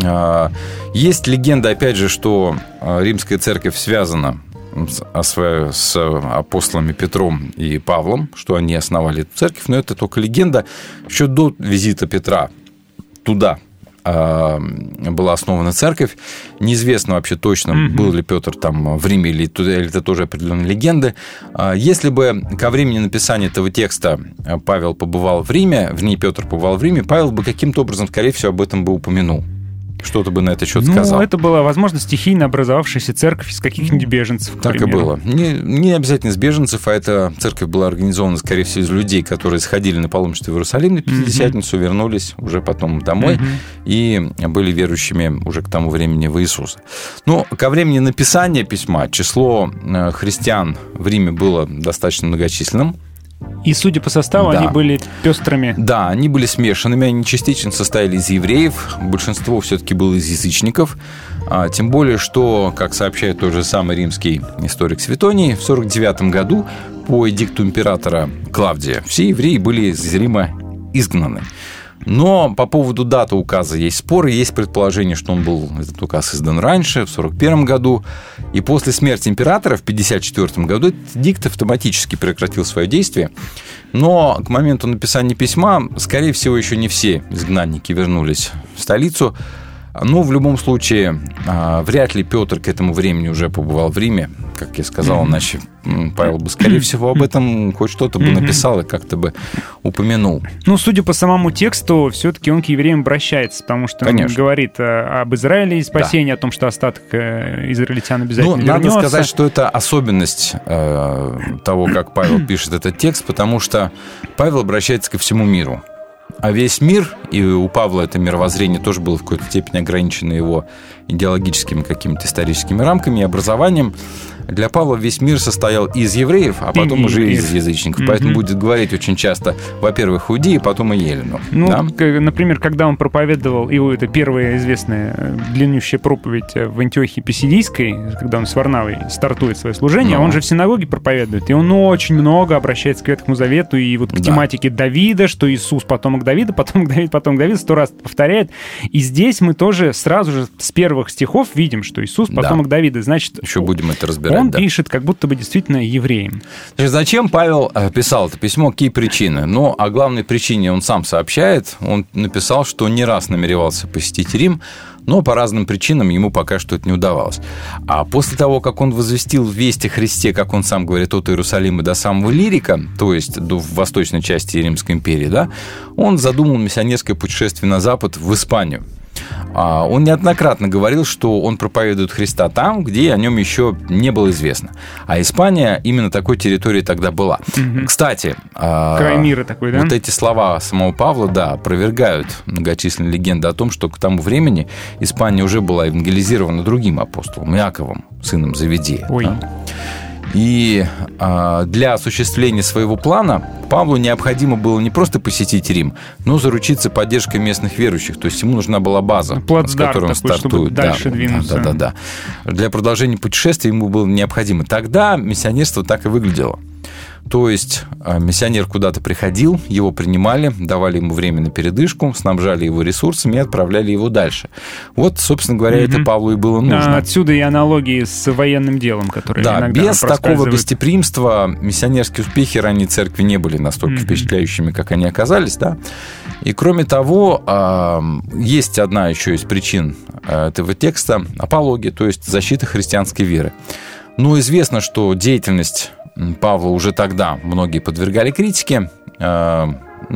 D: Есть легенда, опять же, что римская церковь связана с апостолами Петром и Павлом, что они основали эту церковь, но это только легенда. Еще до визита Петра туда была основана церковь. Неизвестно вообще точно, был ли Петр там в Риме, или это тоже определенные легенды. Если бы ко времени написания этого текста Павел побывал в Риме, Петр побывал в Риме, Павел бы каким-то образом, скорее всего, об этом бы упомянул. Что-то бы на этот счет сказал.
B: Это была, возможно, стихийно образовавшаяся церковь из каких-нибудь беженцев, к примеру.
D: Так и было. Не обязательно из беженцев, а эта церковь была организована, скорее всего, из людей, которые сходили на паломничество в Иерусалим на Пятидесятницу, вернулись уже потом домой и были верующими уже к тому времени в Иисуса. Но ко времени написания письма число христиан в Риме было достаточно многочисленным.
B: И, судя по составу, они были пестрыми.
D: Да, они были смешанными, они частично состояли из евреев, большинство все-таки было из язычников. Тем более, что, как сообщает тот же самый римский историк Светоний, в 49 году по эдикту императора Клавдия все евреи были из Рима изгнаны. Но по поводу даты указа есть споры, есть предположение, что этот указ издан раньше, в 1941 году, и после смерти императора в 1954 году этот эдикт автоматически прекратил свое действие. Но к моменту написания письма, скорее всего, еще не все изгнанники вернулись в столицу. Но в любом случае, вряд ли Петр к этому времени уже побывал в Риме, как я сказал, иначе Павел бы, скорее всего, об этом хоть что-то бы написал и как-то бы упомянул.
B: Судя по самому тексту, все-таки он к евреям обращается, потому что он говорит об Израиле и спасении, о том, что остаток израильтян обязательно вернется.
D: Надо сказать, что это особенность того, как Павел пишет этот текст, потому что Павел обращается ко всему миру. А весь мир, и у Павла это мировоззрение тоже было в какой-то степени ограничено его идеологическими какими-то историческими рамками и образованием. Для Павла весь мир состоял из евреев, а потом уже из язычников. Поэтому будет говорить очень часто, во-первых, иудеи, потом и елену.
B: Например, когда он проповедовал, его это первая известная длиннющая проповедь в Антиохии Писидийской, когда он с Варнавой стартует свое служение, он же в синагоге проповедует, и он очень много обращается к Ветхому Завету и вот к тематике Давида, что Иисус потомок Давида, потомок Давида, 100 раз повторяет. И здесь мы тоже сразу же с первых стихов видим, что Иисус потомок Давида. Значит,
D: еще будем это разбирать.
B: он пишет как будто бы действительно евреем.
D: Значит, зачем Павел писал это письмо, какие причины? Ну, о главной причине он сам сообщает. Он написал, что не раз намеревался посетить Рим, но по разным причинам ему пока что это не удавалось. А после того, как он возвестил весть о Христе, как он сам говорит, от Иерусалима до самого Лирика, то есть до восточной части Римской империи, да, он задумал миссионерское путешествие на запад, в Испанию. Он неоднократно говорил, что он проповедует Христа там, где о нем еще не было известно. А Испания именно такой территорией тогда была. Угу. Кстати,
B: край мира такой, да?
D: Вот эти слова самого Павла, да, опровергают многочисленные легенды о том, что к тому времени Испания уже была евангелизирована другим апостолом, Иаковом, сыном Завидея.
B: Ой.
D: Да? И для осуществления своего плана Павлу необходимо было не просто посетить Рим, но заручиться поддержкой местных верующих. То есть ему нужна была база, с которой он
B: такой,
D: стартует.
B: Дальше двинуться.
D: Да. Для продолжения путешествия ему было необходимо. Тогда миссионерство так и выглядело. То есть миссионер куда-то приходил, его принимали, давали ему время на передышку, снабжали его ресурсами и отправляли его дальше. Вот, собственно говоря, это Павлу и было нужно.
B: Отсюда и аналогии с военным делом, которые иногда
D: без такого гостеприимства миссионерские успехи ранней церкви не были настолько впечатляющими, как они оказались. Да? И кроме того, есть одна еще из причин этого текста – апология, то есть защита христианской веры. Но известно, что деятельность Павла уже тогда многие подвергали критике. О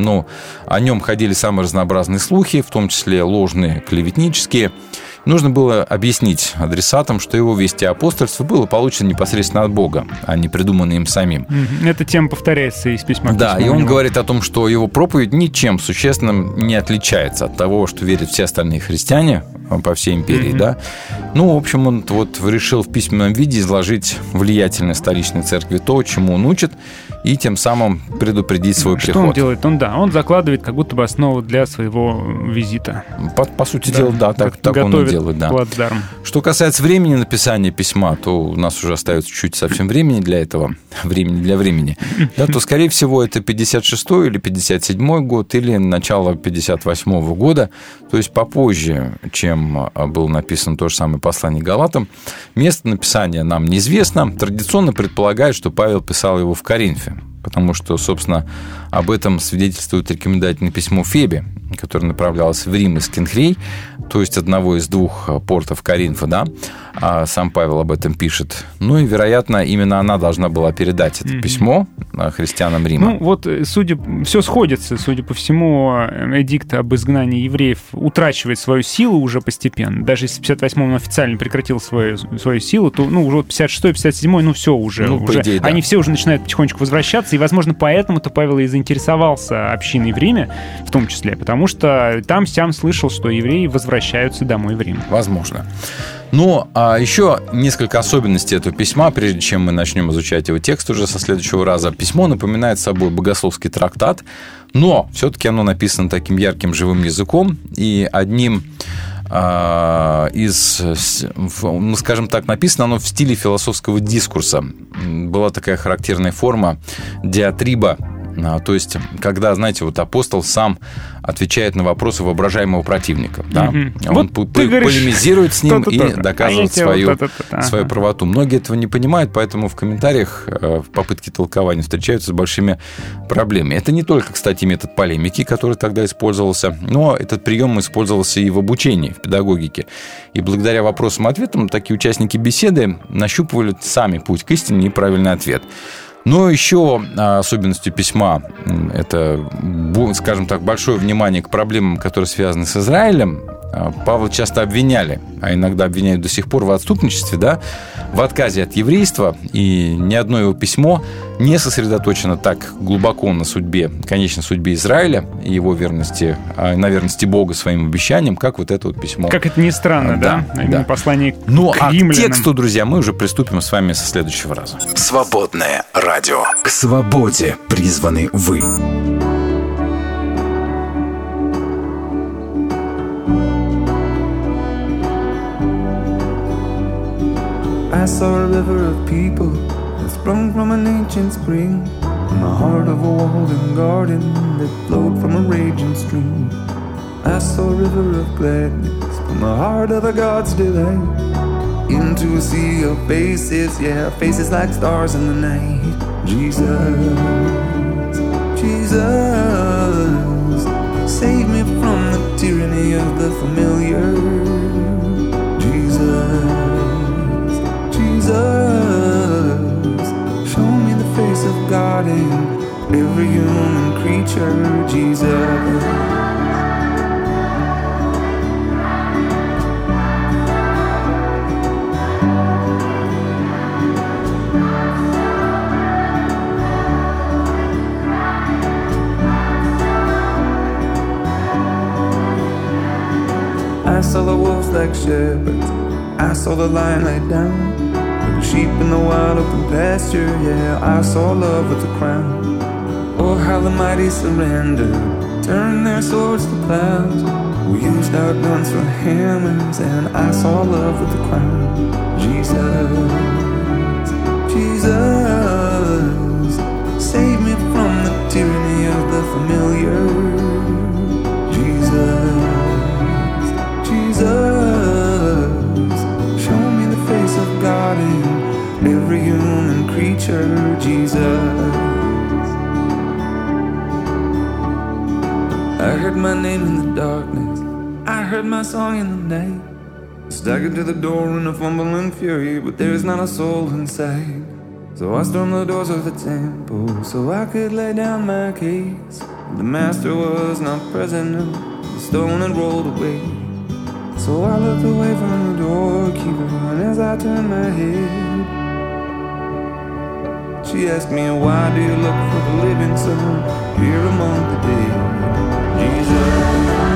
D: нем ходили самые разнообразные слухи, в том числе ложные, клеветнические. Нужно было объяснить адресатам, что его вести о апостольстве было получено непосредственно от Бога, а не придумано им самим.
B: Эта тема повторяется из письма.
D: Да, и он говорит о том, что его проповедь ничем существенным не отличается от того, что верят все остальные христиане по всей империи. Да? В общем, он решил в письменном виде изложить влиятельной столичной церкви то, чему он учит, и тем самым предупредить свой приход.
B: Что он делает? Он закладывает как будто бы основу для своего визита.
D: По сути дела, да, так он и делает. Да.
B: Плацдарм.
D: Что касается времени написания письма, то у нас уже остается чуть совсем времени для этого, времени, да, то, скорее всего, это 56-й или 57-й год, или начало 58-го года, то есть попозже, чем было написано то же самое послание Галатам. Место написания нам неизвестно. Традиционно предполагают, что Павел писал его в Коринфе, потому что, собственно, об этом свидетельствует рекомендательное письмо Фебе, которое направлялось в Рим из Кенхрей, то есть одного из двух портов Коринфа, да, а сам Павел об этом пишет. И, вероятно, именно она должна была передать это письмо христианам Рима.
B: Все сходится, судя по всему, эдикт об изгнании евреев утрачивает свою силу уже постепенно. Даже если в 58-м он официально прекратил свою силу, то уже 56-й, 57-й, все уже.
D: Идее, да.
B: Они все уже начинают потихонечку возвращаться, и, возможно, поэтому-то Павел и заинтересовался общиной в Риме, в том числе, потому что там-сям слышал, что евреи возвращаются домой в Рим.
D: Возможно. Еще несколько особенностей этого письма, прежде чем мы начнем изучать его текст уже со следующего раза. Письмо напоминает собой богословский трактат, но все-таки оно написано таким ярким живым языком, и одним скажем так, написано оно в стиле философского дискурса. Была такая характерная форма диатриба, то есть, когда, знаете, апостол сам отвечает на вопросы воображаемого противника. Да? Он полемизирует с ним и доказывает свою правоту. Многие этого не понимают, поэтому в комментариях в попытке толкования встречаются с большими проблемами. Это не только, кстати, метод полемики, который тогда использовался, но этот прием использовался и в обучении, в педагогике. И благодаря вопросам и ответам такие участники беседы нащупывали сами путь к истине и правильный ответ. Но еще особенностью письма – это, скажем так, большое внимание к проблемам, которые связаны с Израилем. Павла часто обвиняли, а иногда обвиняют до сих пор в отступничестве, да, в отказе от еврейства, и ни одно его письмо не сосредоточено так глубоко на конечной судьбе Израиля и его верности, на верности Бога своим обещаниям, как это письмо.
B: Как это ни странно, да? Именно послание к
D: римлянам. А к тексту, друзья, мы уже приступим с вами со следующего раза.
A: Свободное радио. К свободе призваны вы.
J: I saw a river of people that sprung from an ancient spring, in the heart of a walled garden that flowed from a raging stream. I saw a river of gladness from the heart of a God's delight. into a sea of faces, yeah, faces like stars in the night. Jesus, Jesus, save me from the tyranny of the familiar. Jesus, Jesus, show me the face of God in every human creature. Jesus. I saw the wolves like shepherds, I saw the lion lay down, with the sheep in the wild open pasture, yeah, I saw love with the crown. Oh, how the mighty surrendered, turned their swords to plows. We used our guns for hammers, and I saw love with the crown. Jesus, Jesus, save me from the tyranny of the familiar. Jesus, Jesus, show me the face of God in every human creature. Jesus. I heard my name in the darkness, I heard my song in the night. Staggered to the door in a fumbling fury, but there's not a soul inside. So I stormed the doors of the temple, so I could lay down my case. The master was not present, no, the stone had rolled away. So I looked away from the doorkeeper, and as I turned my head, she asked me, why do you look for the living son here among the dead? Jesus.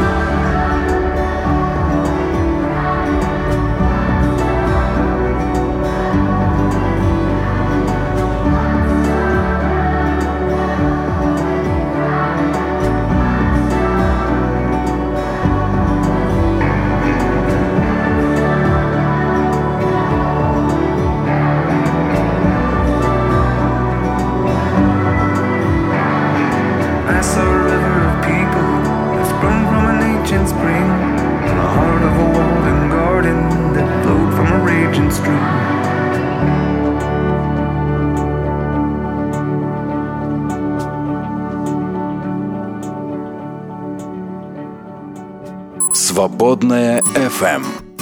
A: Свободная FM.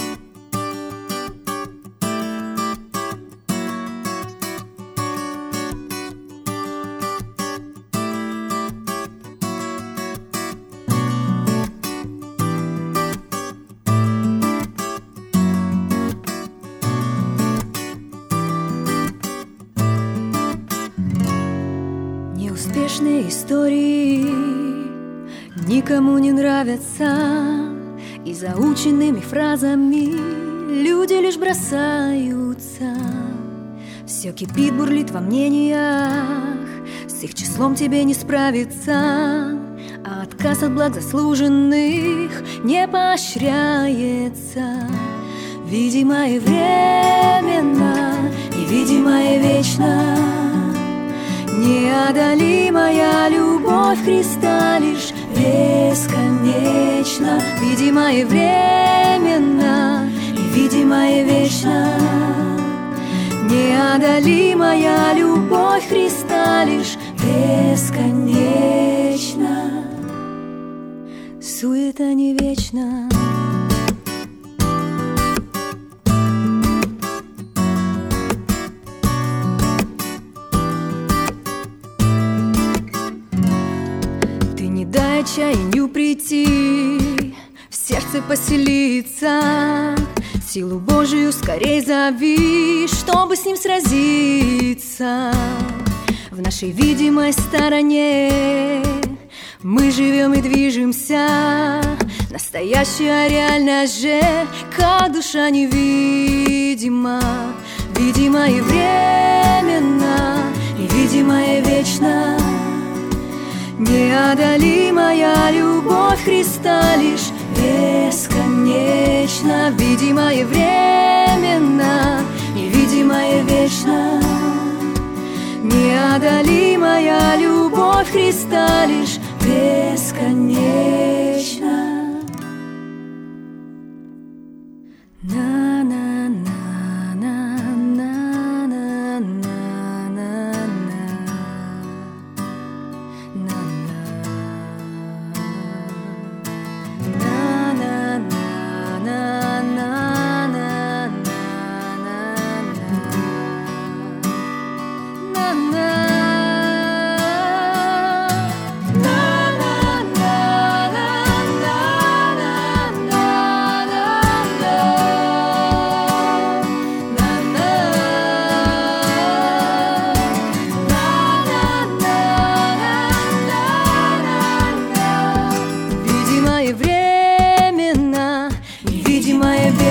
K: Неуспешные истории никому не нравятся. И заученными фразами люди лишь бросаются. Все кипит, бурлит во мнениях, с их числом тебе не справиться. А отказ от благ заслуженных не поощряется. Видимое временно, невидимое вечно. Неодолимая любовь Христа лишь бесконечно. Видимое временно, невидимое вечно. Неодолимая любовь Христа лишь бесконечна. Суета не вечна. Дай отчаянию прийти, в сердце поселиться. Силу Божию скорей зови, чтобы с ним сразиться. В нашей видимой стороне мы живем и движемся. Настоящая реальность же, как душа невидима. Видимое временно, невидимое вечно. Неодолимая любовь Христа лишь бесконечна. Видимое временно, невидимое вечно. Неодолимая любовь Христа лишь бесконечна. На-на-на.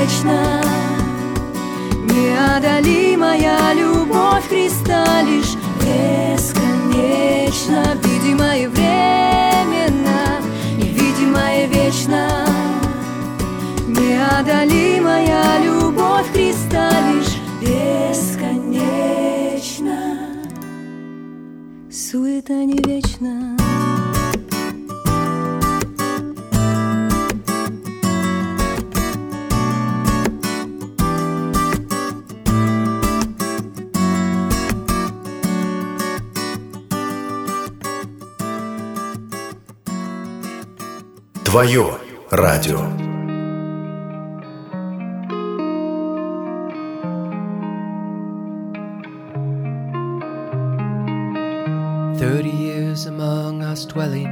K: бесконечна. Неодолимая любовь Христа лишь бесконечна. Видимое временно, невидимое вечно. Неодолимая любовь Христа лишь бесконечна. Суета не вечна.
A: Твое радио.
L: Among us dwelling,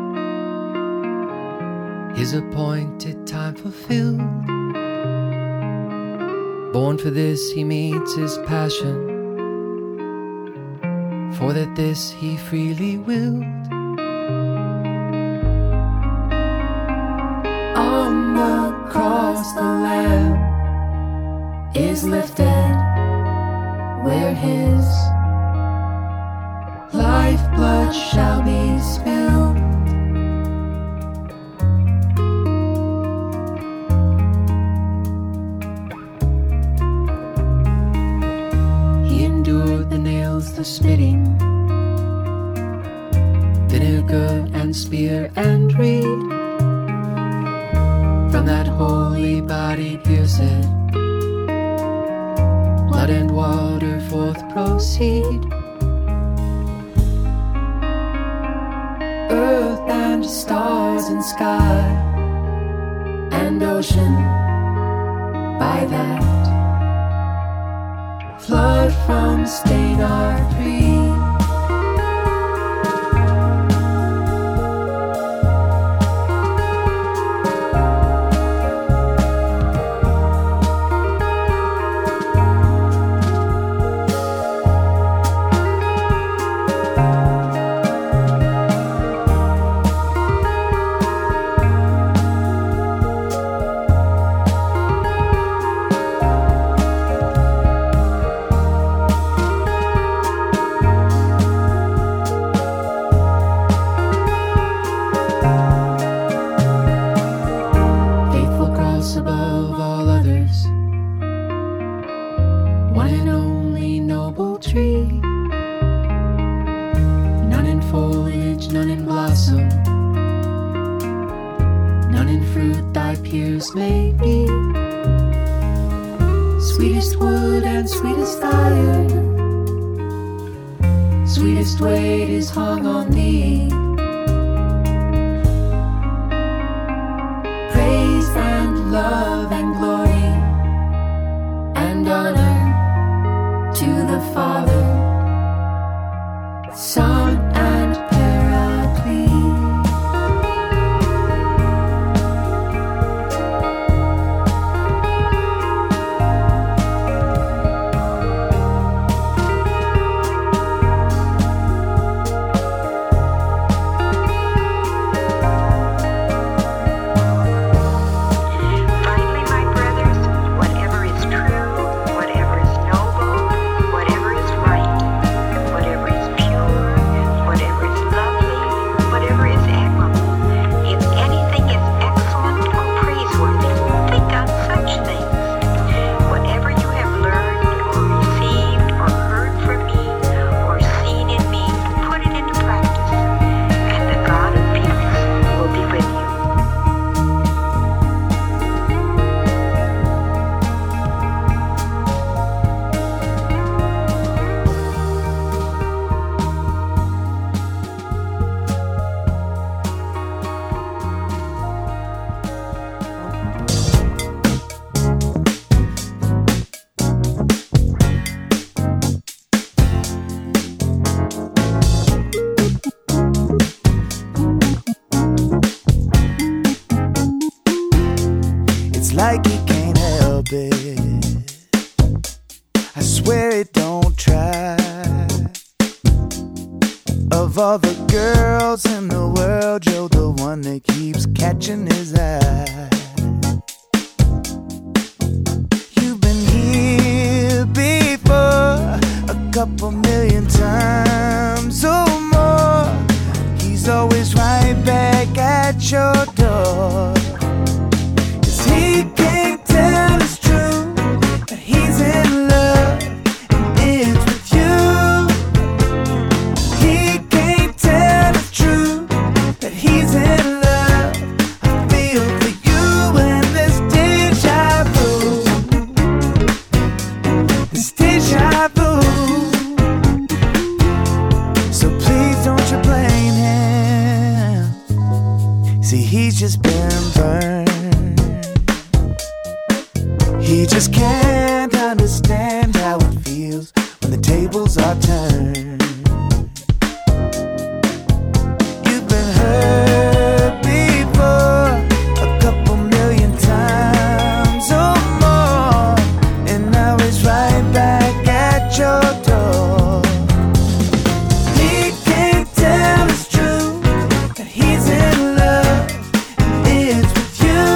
L: His appointed time fulfilled. Born for this, He meets His passion, for that this He freely willed. On the cross the Lamb is lifted, where His lifeblood shall be spilled. He endured the nails, the spitting, vinegar and spear and reed. From that holy body pierced, blood and water forth proceed. Earth and stars and sky and ocean, by that flood from stain are free.
M: Like he can't help it. I swear it, don't try. Of all the girls in the world, you're the one that keeps catching his eye. has been burned. He just can't understand how it feels when the tables are turned. You've been hurt before, a couple million times or more, and now he's right back at your door. He can't tell us true that he's in love and is with you.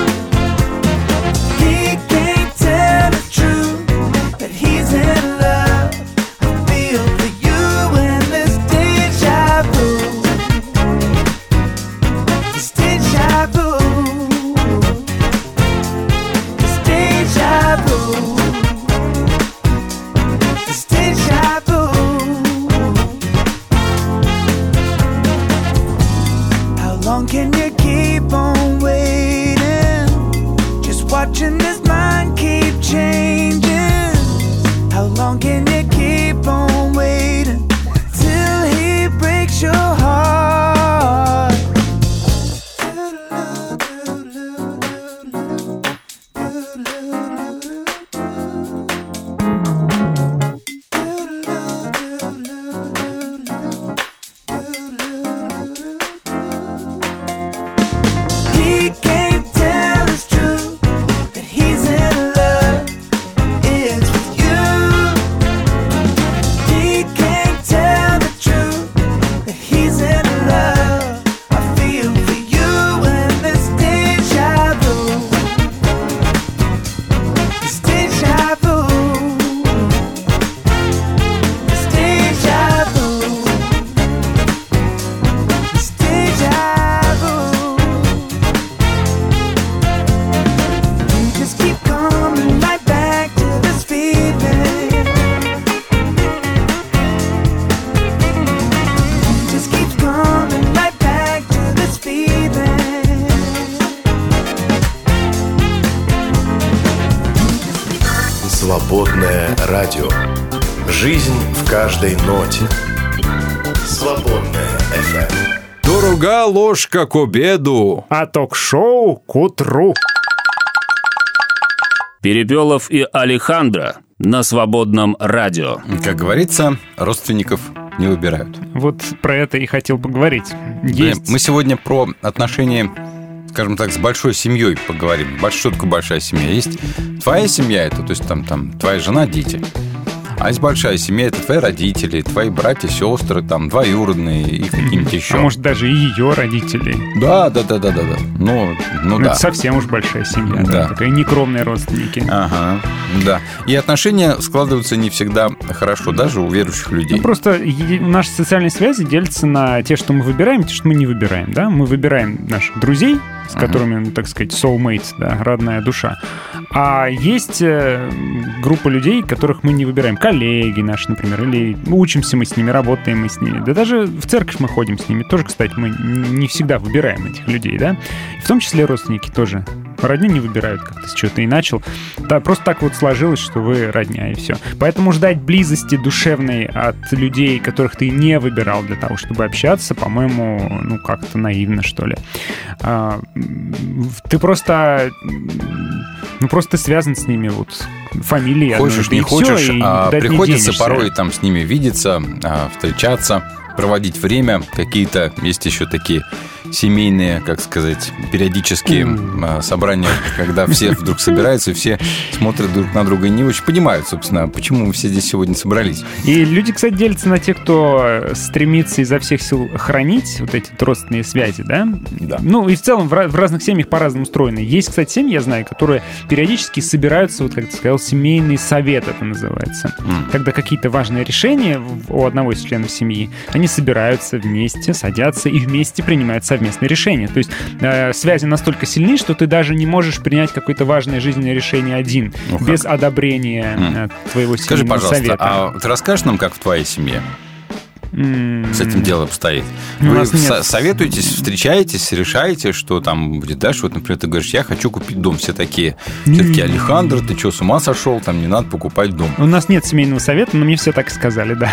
M: He can't tell us true that he's in love. I feel for you in this deja vu. This deja vu. This deja vu. This deja vu. How long can you keep on waiting? Just watching his mind keep changing. How long can you keep on waiting till he breaks your heart? He can't tell us true that he's in love, is with you. He can't tell the truth that he's in love. I feel for you in this deja vu. This deja vu. This deja vu. This deja vu. You just keep coming right back to this feeling. You just keep coming right back to this feeling.
I: Свободное радио. Жизнь в каждой ноте. Свободное FM.
D: Дорога ложка к обеду.
B: А ток-шоу к утру.
C: Перепелов и Алехандро на Свободном радио.
D: Как говорится, родственников не выбирают.
B: Вот про это и хотел поговорить. Есть.
D: Мы сегодня про отношения, скажем так, с большой семьей поговорим. Что такое большая семья? Есть твоя семья, это, то есть там твоя жена, дети. А есть большая семья, это твои родители, твои братья, сестры, там, двоюродные и какие-нибудь еще.
B: А может, даже и ее родители.
D: Да. Ну да.
B: Это совсем уж большая семья.
D: Да.
B: Такая некровные родственники.
D: Ага, да. И отношения складываются не всегда хорошо, даже у верующих людей.
B: Ну, просто наши социальные связи делятся на те, что мы выбираем, и те, что мы не выбираем. Да? Мы выбираем наших друзей, с которыми, ну, так сказать, soulmates, да, родная душа. А есть группа людей, которых мы не выбираем. Коллеги наши, например, или учимся мы с ними, работаем мы с ними. Да даже в церковь мы ходим с ними. Тоже, кстати, мы не всегда выбираем этих людей, да? И в том числе родственники тоже. Родню не выбирают как-то с чего-то и начал. Да, просто так вот сложилось, что вы родня, и все. Поэтому ждать близости душевной от людей, которых ты не выбирал для того, чтобы общаться, по-моему, ну, как-то наивно, что ли. Ты просто связан с ними, вот, фамилией.
D: Хочешь,
B: одной,
D: не хочешь,
B: все,
D: приходится порой там с ними видеться, встречаться, проводить время. Какие-то есть еще такие семейные, как сказать, периодические собрания, когда все вдруг собираются и все смотрят друг на друга и не очень понимают, собственно, почему мы все здесь сегодня собрались.
B: И люди, кстати, делятся на тех, кто стремится изо всех сил хранить вот эти родственные связи, да?
D: Да.
B: Ну, и в целом в разных семьях по-разному устроены. Есть, кстати, семьи, я знаю, которые периодически собираются, вот как ты сказал, семейный совет это называется. Когда какие-то важные решения у одного из членов семьи, они собираются вместе, садятся и вместе принимают совместные решения. То есть связи настолько сильны, что ты даже не можешь принять какое-то важное жизненное решение один, без одобрения твоего семейного совета.
D: Скажи, пожалуйста, а ты расскажешь нам, как в твоей семье? с этим дело обстоит? Вы советуетесь, встречаетесь, решаете, что там будет дальше? Вот, например, ты говоришь, я хочу купить дом. Все такие, Алехандро, ты что, с ума сошел? Там не надо покупать дом.
B: У нас нет семейного совета, но мне все так и сказали, да.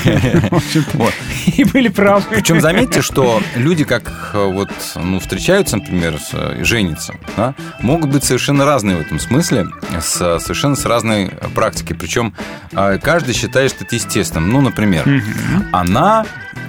B: И были правы.
D: Причем заметьте, что люди, как вот, встречаются, например, женятся, да, могут быть совершенно разные в этом смысле, совершенно с разной практикой. Причем каждый считает, что это естественным. Ну, например, она...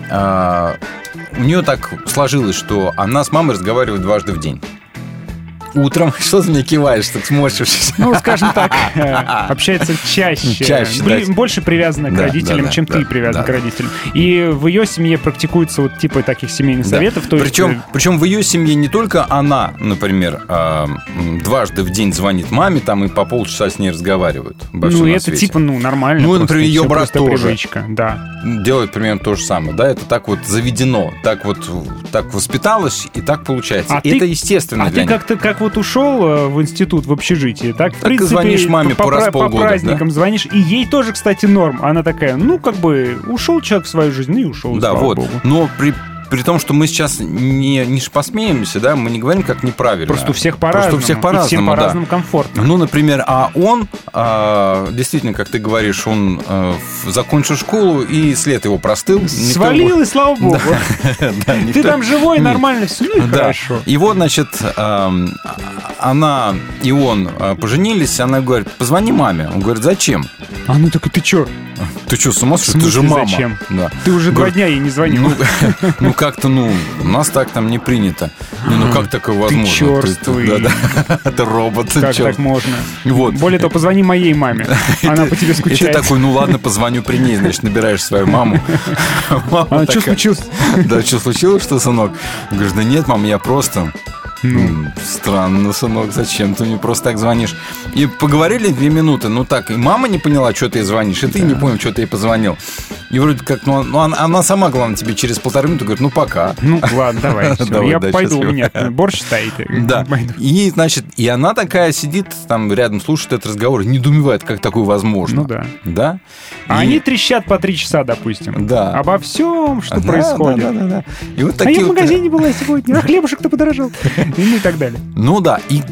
D: У нее так сложилось, что она с мамой разговаривает дважды в день. Утром, что ты мне киваешь, так сморщившись?
B: Ну, скажем так, общается чаще. Больше привязана к родителям, чем ты привязан к родителям. И в ее семье практикуется вот типа таких семейных советов.
D: Причем в ее семье не только она, например, дважды в день звонит маме, там и по полчаса с ней разговаривают.
B: Ну, это типа, нормально.
D: Ну, например, ее брат тоже
B: привычка, да.
D: Делает примерно то же самое. Да, это так вот заведено, так воспиталось, и так получается. И это естественно для них.
B: А ты как вот ушел в институт, в общежитие, так, в принципе,
D: звонишь маме по
B: праздникам, да? Звонишь, и ей тоже, кстати, норм. Она такая, ушел человек в свою жизнь, и ушел,
D: да, слава богу. Но при том, что мы сейчас не посмеемся, да, мы не говорим, как неправильно.
B: Просто у всех по-разному.
D: Всем по-разному
B: комфортно.
D: Ну, например, он, действительно, как ты говоришь, он закончил школу, и след его простыл.
B: Свалил, и слава богу. Ты там живой, нормально, все, хорошо.
D: И вот, значит, она и он поженились, она говорит, позвони маме. Он говорит, зачем?
B: Ну так и ты что?
D: Ты что, с ума сошел? Ты же мама.
B: Зачем? Да. Ты уже 2 дня ей не звонил.
D: Как-то, у нас так там не принято. Как такое возможно?
B: Ты черствый.
D: Да. Это робот.
B: Как так можно? Более того, позвони моей маме. Она по тебе скучает.
D: И ты такой, ладно, позвоню при ней. Значит, набираешь свою маму.
B: А что случилось?
D: Да, что случилось, что, сынок? Говоришь, да нет, мам, я просто... Странно, сынок, зачем ты мне просто так звонишь? И поговорили 2 минуты, и мама не поняла, что ты ей звонишь, и ты не понял, что ты ей позвонил. И вроде как, она сама, главное, тебе через 1,5 минуты говорит, пока.
B: Ладно, давай, я пойду, у меня борщ стоит.
D: Да, и, значит, и она такая сидит, там рядом слушает этот разговор, недоумевает, как такое возможно. Да?
B: А они трещат по 3 часа, допустим.
D: Да.
B: Обо всем, что происходит.
D: Да. И вот
B: я в магазине была сегодня, хлебушек-то подорожал. И так далее.
D: И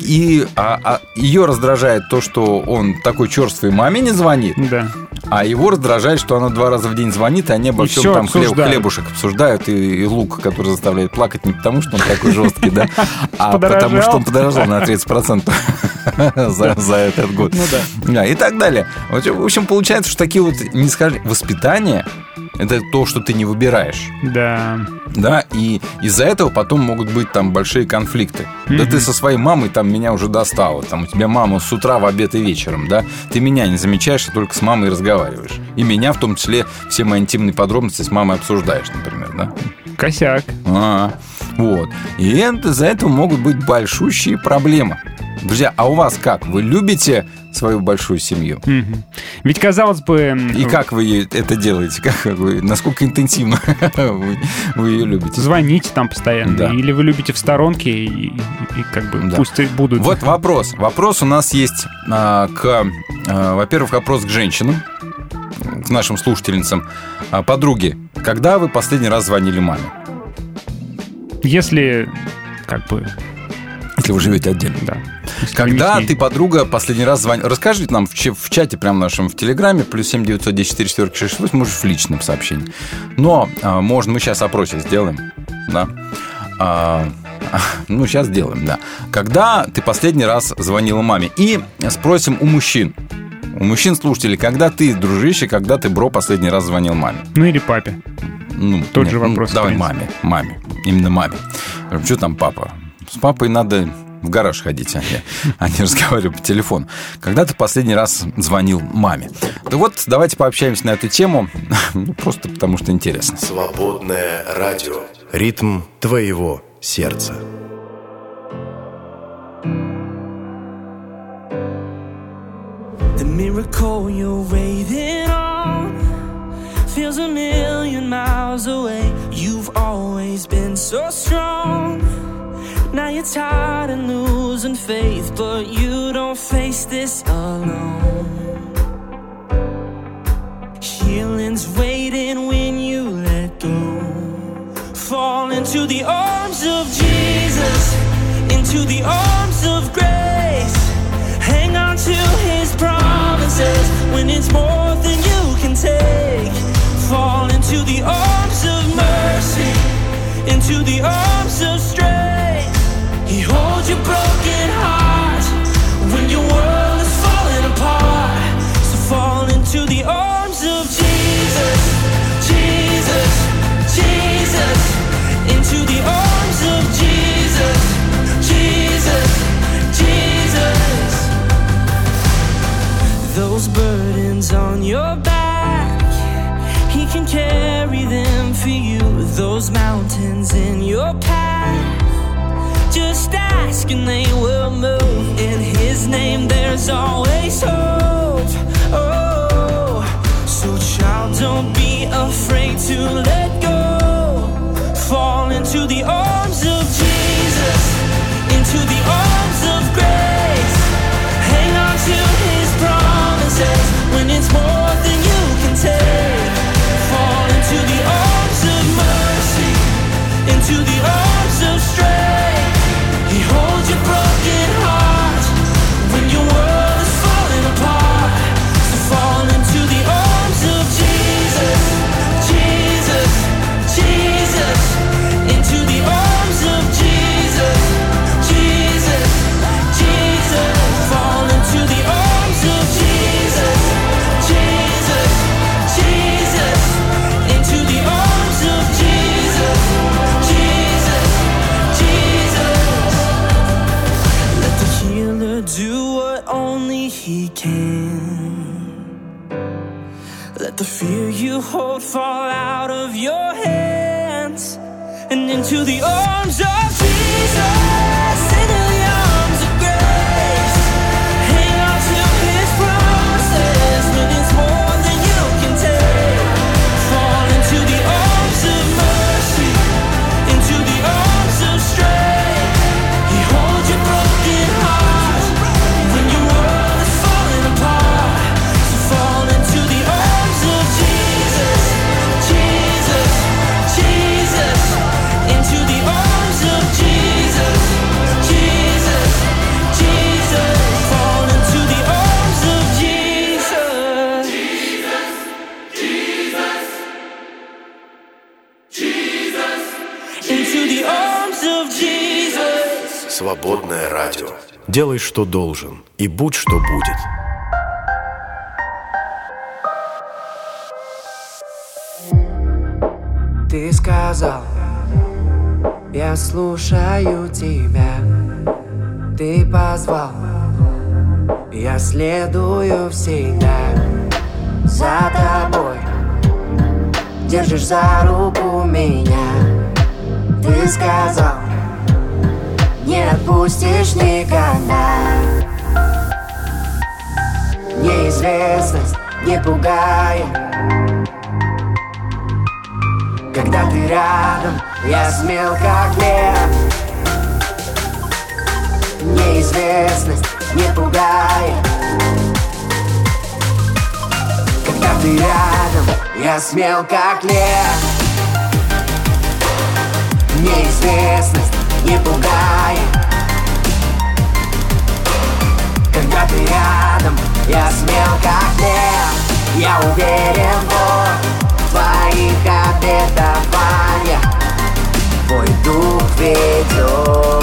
D: ее раздражает то, что он такой черствый, маме не звонит.
B: Да.
D: А его раздражает, что она 2 раза в день звонит, и они обо всем там хлебушек обсуждают, и лук, который заставляет плакать не потому, что он такой жесткий, да, а потому, что он подорожал на 30% за этот год. Да, и так далее. В общем, получается, что такие вот нисхождения. Воспитание — это то, что ты не выбираешь.
B: Да.
D: Да, и из-за этого потом могут быть там большие конфликты. Да ты со своей мамой там меня уже достала. Там у тебя мама с утра, в обед и вечером, да? Ты меня не замечаешь, а только с мамой разговариваешь. И меня, в том числе, все мои интимные подробности с мамой обсуждаешь, например, да?
B: Косяк.
D: Вот. И из-за этого могут быть большущие проблемы. Друзья, а у вас как? Вы любите свою большую семью?
B: Ведь, казалось бы...
D: И как вы это делаете? Насколько интенсивно вы ее любите?
B: Звоните там постоянно. Да. Или вы любите в сторонке, и как бы пусть будут...
D: Вот вопрос. Вопрос у нас есть, во-первых, вопрос к женщинам, к нашим слушательницам. Подруги, когда вы последний раз звонили маме?
B: Если
D: вы живете отдельно.
B: Да.
D: Когда ты, подруга, последний раз звонила? Расскажите нам в чате прямо нашем в Телеграме, +7 910 4 4 6 8, может, в личном сообщении. Но, можно, мы сейчас опросик сделаем. Да? Сейчас сделаем, да. Когда ты последний раз звонила маме? И спросим у мужчин. У мужчин-слушателей, когда ты, дружище, когда ты, бро, последний раз звонил маме?
B: Или папе. Тот же вопрос.
D: Давай маме. Именно маме. Что там папа? С папой надо в гараж ходить, а не разговаривать по телефону. Когда ты последний раз звонил маме? Да вот, давайте пообщаемся на эту тему, просто потому что интересно.
I: Свободное радио. Ритм твоего сердца.
H: The miracle you're waiting on feels 1,000,000 miles away. You've always been so strong. Now you're tired and losing faith, but you don't face this alone. Healing's waiting when you let
N: when it's more than you can take. Fall into the arms of mercy, into the arms of strength. He holds your broken heart when your world is falling apart. So fall into the arms of Jesus, Jesus, Jesus. Into the arms of Jesus, Jesus, Jesus. Those burdens on your back, He can carry them for you. Those mountains in your path, just ask and they will move. In His name there's always hope. Oh, so child, don't be afraid to let go. Fall into the arms of Jesus, into the arms of grace. Hang on to His promises when it's more than you can take. Fall into the arms of mercy, into the arms of strength. He holds your broken heart when your world is falling apart. So fall into the arms of Jesus, Jesus, Jesus. Into the arms of Jesus, Jesus, Jesus. Fall into the arms of Jesus, Jesus, Jesus. Into the arms of Jesus, Jesus, Jesus. Let the healer do what only He can. Let the fear you hold fall out of your hands. And into the arms of Jesus, into the arms of grace. Hang on to His promises when it's more than you can take. Fall into the arms of mercy, into the arms of strength. He holds your broken heart when your world is falling apart. So fall into the arms of Jesus, Jesus, Jesus. Into the arms of Jesus, Jesus, Jesus. Fall into the arms of Jesus, Jesus, Jesus, Jesus. Into the arms of Jesus.
I: Свободное радио. Делай, что должен, и будь, что будет.
O: Ты сказал, я слушаю тебя. Ты позвал, я следую всегда за тобой. Держишь за руку меня. Ты сказал, не отпустишь никогда. Неизвестность не пугает. Когда ты рядом, я смел как лев. Неизвестность не пугает. Когда ты рядом, я смел как лев. Неизвестность не пугает. Когда ты рядом, я смел как лев. Я уверен в твоих обетованиях. Твой дух ведет.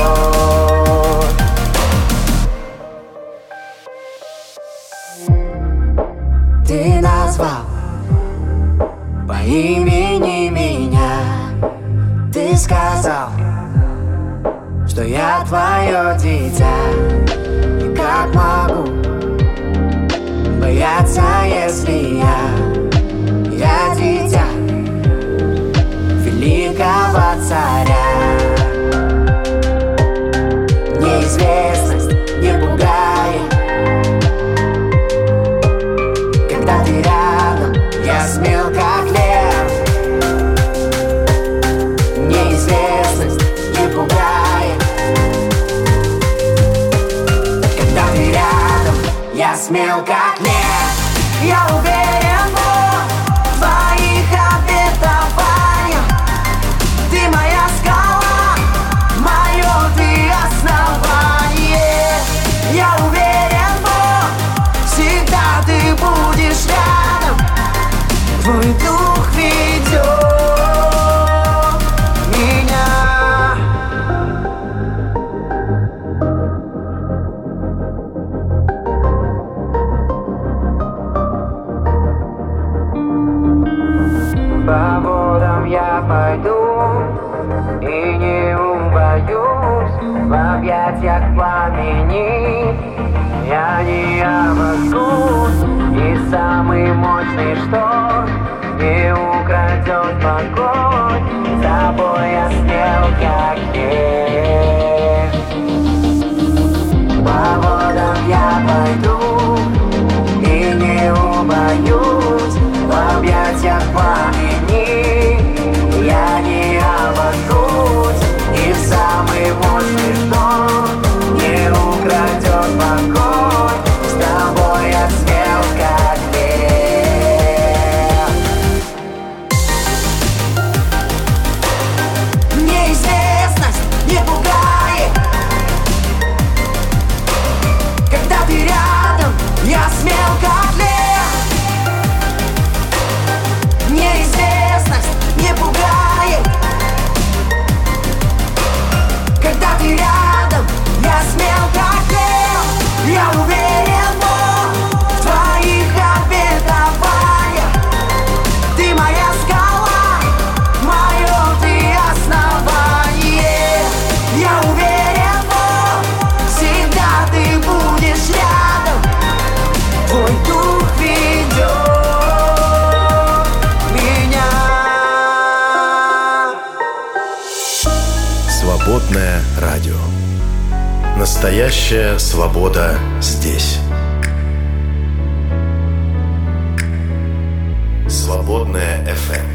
O: Ты назвал по имени меня. Ты сказал, что я твое дитя. И как могу бояться, если я дитя великого царя. Неизвестность не пугает. Когда ты рядом, я смел как лев. Неизвестность не пугает. Когда ты рядом, я смел как лев. Я уверен в твоих обетованиях. Ты моя скала, мое ты основание. Я уверен, всегда ты будешь объятиях пламени я не обожгусь, и самый мощный шторм не украдет покой. С тобой я смел как есть. По водам я пойду и не убоюсь. В объятиях пламени я не обожгусь, и самый мощный шторм не украдет покой. С тобой я смел как лев. Неизвестность не пугает, когда ты рядом, я смел как лев. Неизвестность не пугает, когда ты рядом, я смел как лев. Я уверен в твоих обетованиях. Ты моя скала, мое ты основание. Я уверен, всегда ты будешь рядом. Твой дух ведет меня.
I: Свободное радио. Настоящая свобода здесь. Свободное FM.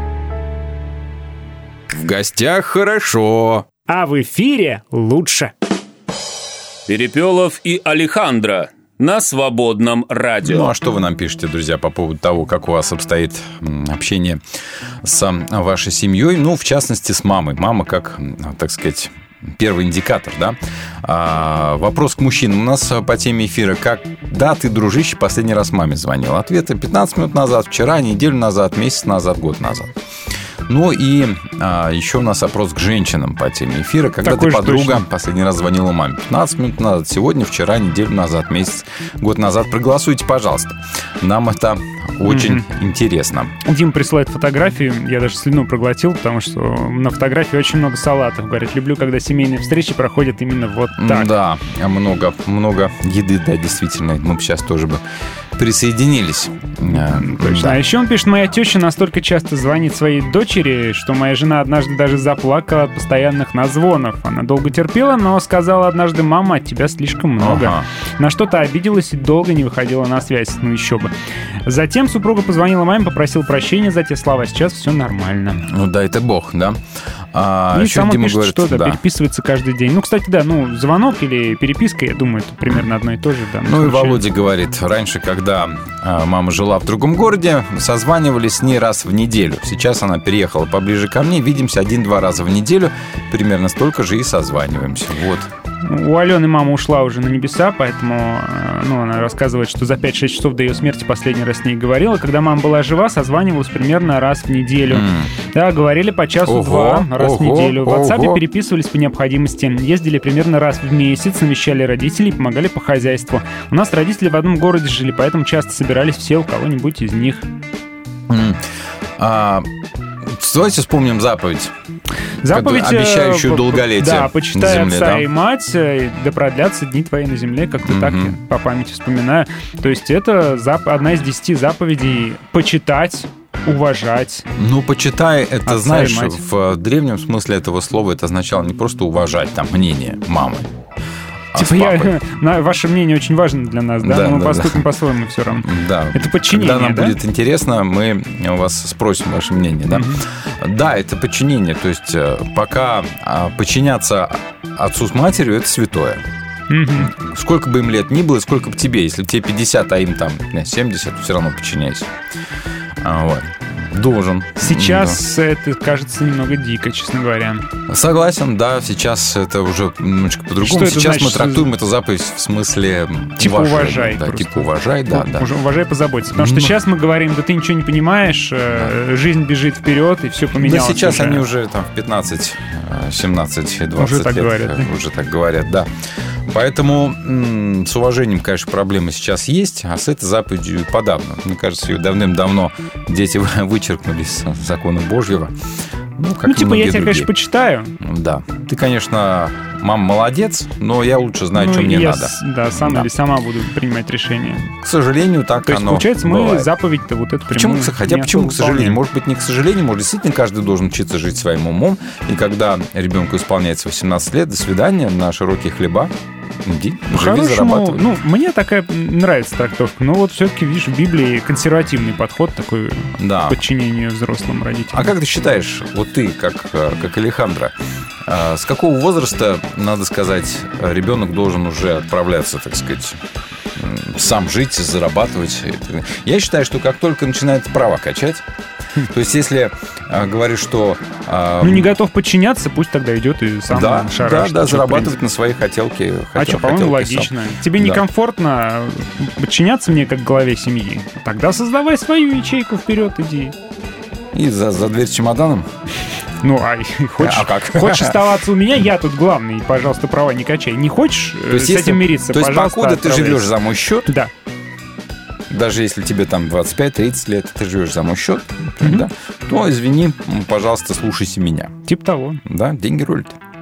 D: В гостях хорошо.
B: А в эфире лучше.
C: Перепелов и Алехандро на Свободном радио.
D: Ну, а что вы нам пишете, друзья, по поводу того, как у вас обстоит общение с вашей семьей? Ну, в частности, с мамой. Мама как, так сказать, первый индикатор, да? Вопрос к мужчинам у нас по теме эфира. Когда ты, дружище, последний раз маме звонил? Ответы: 15 минут назад, вчера, неделю назад, месяц назад, год назад. Ну и еще у нас опрос к женщинам по теме эфира. Когда ты, подруга, точно последний раз звонила маме? 15 минут назад, сегодня, вчера, неделю назад, месяц, год назад. Проголосуйте, пожалуйста. Нам это очень интересно.
B: Дима присылает фотографию. Я даже слюну проглотил, потому что на фотографии очень много салатов. Говорит, люблю, когда семейные встречи проходят именно вот так.
D: Да, много еды, да, действительно. Мы бы сейчас тоже бы присоединились.
B: Точно. Да. А еще он пишет: моя теща настолько часто звонит своей дочери, что моя жена однажды даже заплакала от постоянных назвонов. Она долго терпела, но сказала однажды: мама, от тебя слишком много. Ага. На что-то обиделась и долго не выходила на связь. Ну еще бы. Затем супруга позвонила маме, попросила прощения за те слова. Сейчас все нормально.
D: Ну дай это бог, да?
B: И сам он пишет, что да, переписывается каждый день. Ну, кстати, да, звонок или переписка, я думаю, это примерно одно и то же. Да,
D: ну и Володя говорит, раньше, когда мама жила в другом городе, созванивались с ней раз в неделю. Сейчас она переехала поближе ко мне, видимся 1-2 раза в неделю, примерно столько же и созваниваемся. Вот.
B: У Алены мама ушла уже на небеса, поэтому она рассказывает, что за 5-6 часов до ее смерти последний раз с ней говорила. Когда мама была жива, созванивалась примерно раз в неделю. Да, говорили по часу-два раз в неделю. В WhatsApp переписывались по необходимости. Ездили примерно раз в месяц, навещали родителей, помогали по хозяйству. У нас родители в одном городе жили, поэтому часто собирались все у кого-нибудь из них.
D: Давайте вспомним заповедь.
B: Обещающую
D: долголетие.
B: Да, почитай отца и мать, да продлятся дни твои на земле, как-то так я по памяти вспоминаю. То есть это одна из 10 заповедей: почитать, уважать.
D: Ну, почитай, это, знаешь, в древнем смысле этого слова это означало не просто уважать там мнение мамы.
B: Ваше мнение очень важно для нас, да? Но мы поступим по-своему все равно.
D: Да.
B: Это подчинение,
D: когда нам будет интересно, мы у вас спросим ваше мнение, да? Да, это подчинение. То есть пока подчиняться отцу с матерью, это святое. Сколько бы им лет ни было, сколько бы тебе, если тебе 50, а им там 70, все равно подчиняйся. Вот. Должен.
B: Сейчас это кажется немного дико, честно говоря.
D: Согласен, да, сейчас это уже немножко по-другому. Сейчас значит, мы трактуем эту заповедь в смысле
B: типа уважай.
D: Да, типа уважай, да.
B: Уважай, позаботься. Потому что сейчас мы говорим, да ты ничего не понимаешь, жизнь бежит вперед, и все поменялось.
D: Да сейчас они уже там в 15, 17, 20
B: уже так
D: лет
B: говорят, да?
D: Уже так говорят, да. Поэтому с уважением, конечно, проблемы сейчас есть, а с этой заповедью подавно. Мне кажется, ее давным-давно дети вычеркнули из закона Божьего.
B: Я тебя, конечно, почитаю.
D: Да. Ты, конечно, мама молодец, но я лучше знаю, что мне надо.
B: Да, сам или сама буду принимать решение.
D: К сожалению, так
B: То есть,
D: оно
B: получается,
D: бывает.
B: мы заповедь-то вот эту прямую
D: Почему, к сожалению? Может быть, не к сожалению, может, действительно каждый должен учиться жить своим умом. И когда ребенку исполняется 18 лет, до свидания, на широкие хлеба. Иди, живи, зарабатывай.
B: Ну, мне такая нравится трактовка. Но вот все-таки, видишь, в Библии консервативный подход такой к подчинению взрослым родителям.
D: А как ты считаешь, вот ты, как Алехандро, с какого возраста, надо сказать, ребенок должен уже отправляться, так сказать, сам жить, зарабатывать? Я считаю, что как только начинает права качать, то есть если говоришь, что...
B: не готов подчиняться, пусть тогда идет и сам шарашит.
D: Да, зарабатывать на свои хотелки.
B: По-моему, логично. Тебе некомфортно подчиняться мне как главе семьи? Тогда создавай свою ячейку, вперед иди.
D: И за дверь с чемоданом?
B: Хочешь оставаться у меня, я тут главный, пожалуйста, права не качай. Не хочешь с этим мириться,
D: пожалуйста,
B: пожалуйста,
D: покуда ты живешь за мой счет?
B: Да.
D: Даже если тебе там 25-30 лет, ты живешь за мой счет, то, извини, пожалуйста, слушайся меня.
B: Типа того.
D: Да, деньги рулят.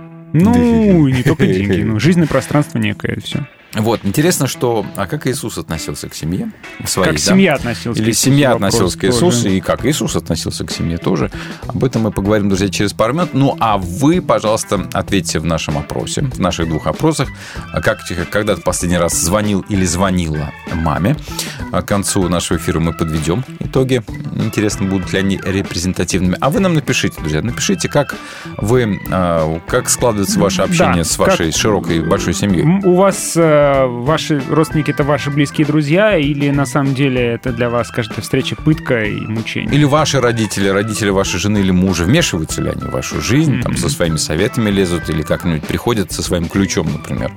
B: Не только деньги, жизненное пространство некое, все.
D: Вот, интересно, что... А как Иисус относился к семье своей?
B: Как семья относилась к Иисусу?
D: Или семья относилась к Иисусу, и как Иисус относился к семье тоже. Об этом мы поговорим, друзья, через пару минут. Ну, а вы, пожалуйста, ответьте в нашем опросе, в наших 2 опросах, когда ты последний раз звонил или звонила маме. К концу нашего эфира мы подведем итоги. Интересно, будут ли они репрезентативными. А вы нам напишите, друзья, как складывается ваше общение с вашей широкой, большой семьей.
B: У вас... Ваши родственники — это ваши близкие друзья, или на самом деле это для вас каждая встреча пытка и мучение?
D: Или ваши родители вашей жены или мужа, вмешиваются ли они в вашу жизнь, там, со своими советами лезут, или как-нибудь приходят со своим ключом, например?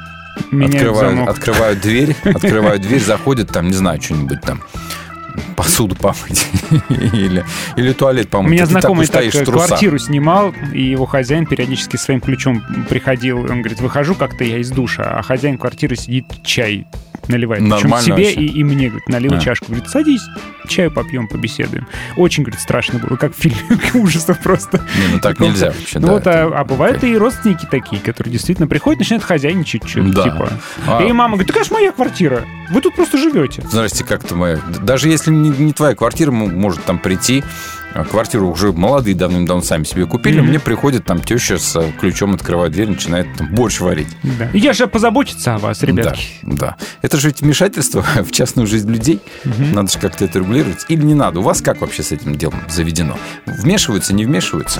D: Открывают дверь, заходят, там, не знаю, что-нибудь там, посуду помыть или туалет помыть.
B: У меня знакомый так квартиру снимал, и его хозяин периодически своим ключом приходил. Он говорит, выхожу как-то я из душа, а хозяин квартиры сидит, чай наливает. Причем себе и мне, говорит, налил чашку. Говорит, садись, чаю попьем, побеседуем. Очень, говорит, страшно было, как в фильме ужасов просто.
D: Так нельзя вообще.
B: А бывают и родственники такие, которые действительно приходят, начинают хозяйничать что-то, типа. И мама говорит, такая же моя квартира, вы тут просто живете.
D: Здрасте, как-то моя. Даже если не твоя квартира, может там прийти. Квартиру уже молодые давным-давно сами себе купили. Мне приходит там теща с ключом, открывает дверь, начинает там борщ варить.
B: Да. Я же позаботиться о вас, ребятки.
D: Да. Это же ведь вмешательство в частную жизнь людей. Надо же как-то это регулировать. Или не надо? У вас как вообще с этим делом заведено? Вмешиваются, не вмешиваются?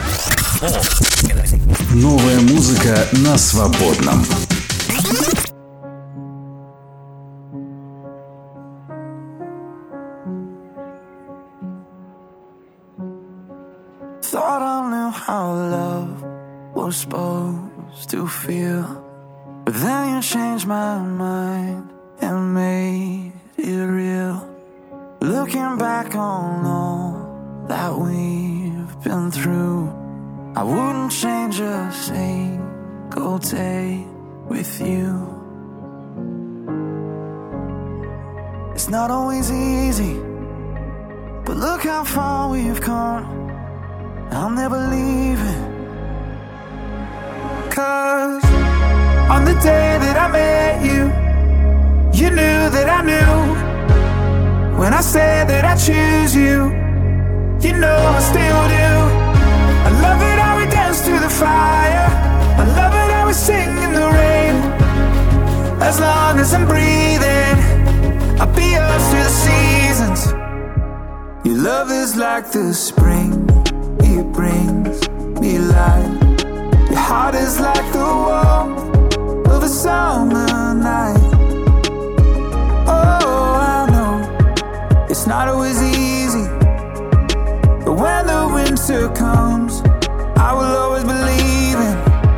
A: Новая музыка на свободном.
M: Thought I knew how love was supposed to feel, but then you changed my mind and made it real. Looking back on all that we've been through, I wouldn't change a single day with you. It's not always easy, but look how far we've come. I'm never leaving. 'Cause on the day that I met you, you knew that I knew. When I said that I choose you, you know I still do. I love it how we dance through the fire. I love it how we sing in the rain. As long as I'm breathing, I'll be yours through the seasons. Your love is like the spring, it brings me life. Your heart is like the warmth of a summer night. Oh, I know it's not always easy, but when the winter comes, I will always believe in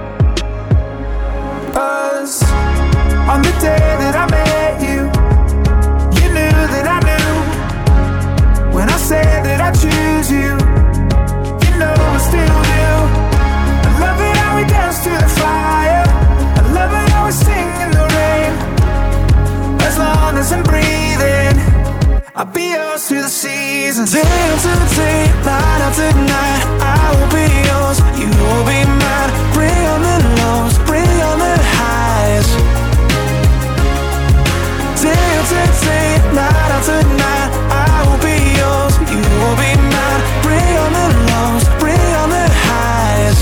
M: us. On the day that I met you, you knew that I knew. When I said that I choose you, I still do. I love it how we dance through the fire. I love it how we sing in the rain. As long as I'm breathing, I'll be yours through the seasons. Day after day, night after night, I will be yours, you will be mine. Bring on the lows, bring day, night after night, I will be yours, you will be mine. Bring on the lows, bring on the highs.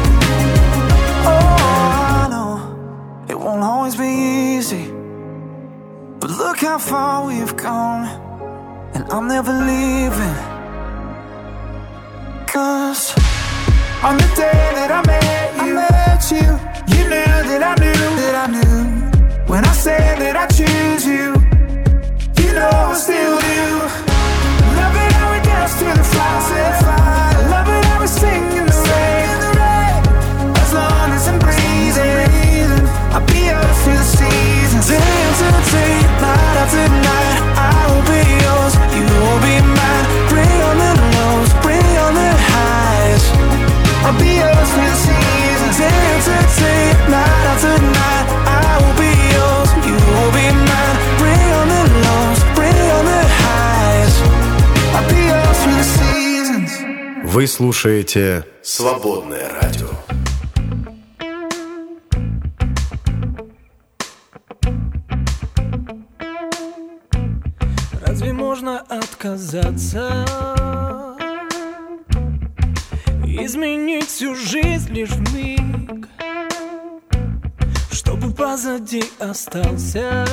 M: Oh, I know it won't always be easy, but look how far we've gone, and I'm never leaving. 'Cause on the day that I met you, you knew that I knew. When I said that I choose you, you know I still do. Love it how we dance to the fire. Love it how we sing in the rain. As long as I'm breathing, I'll be yours through the seasons. Day after day, night after night, I will be yours, you will be mine. Bring on the lows, bring on the highs. I'll be yours through the seasons. Day after day, night after night, I will be yours, you will be mine. Bring on the lows, bring on the highs. I'll be yours through the seasons.
I: Вы слушаете «Свободное радио».
H: Разве можно отказаться? Изменить всю жизнь лишь вмиг, чтобы позади остался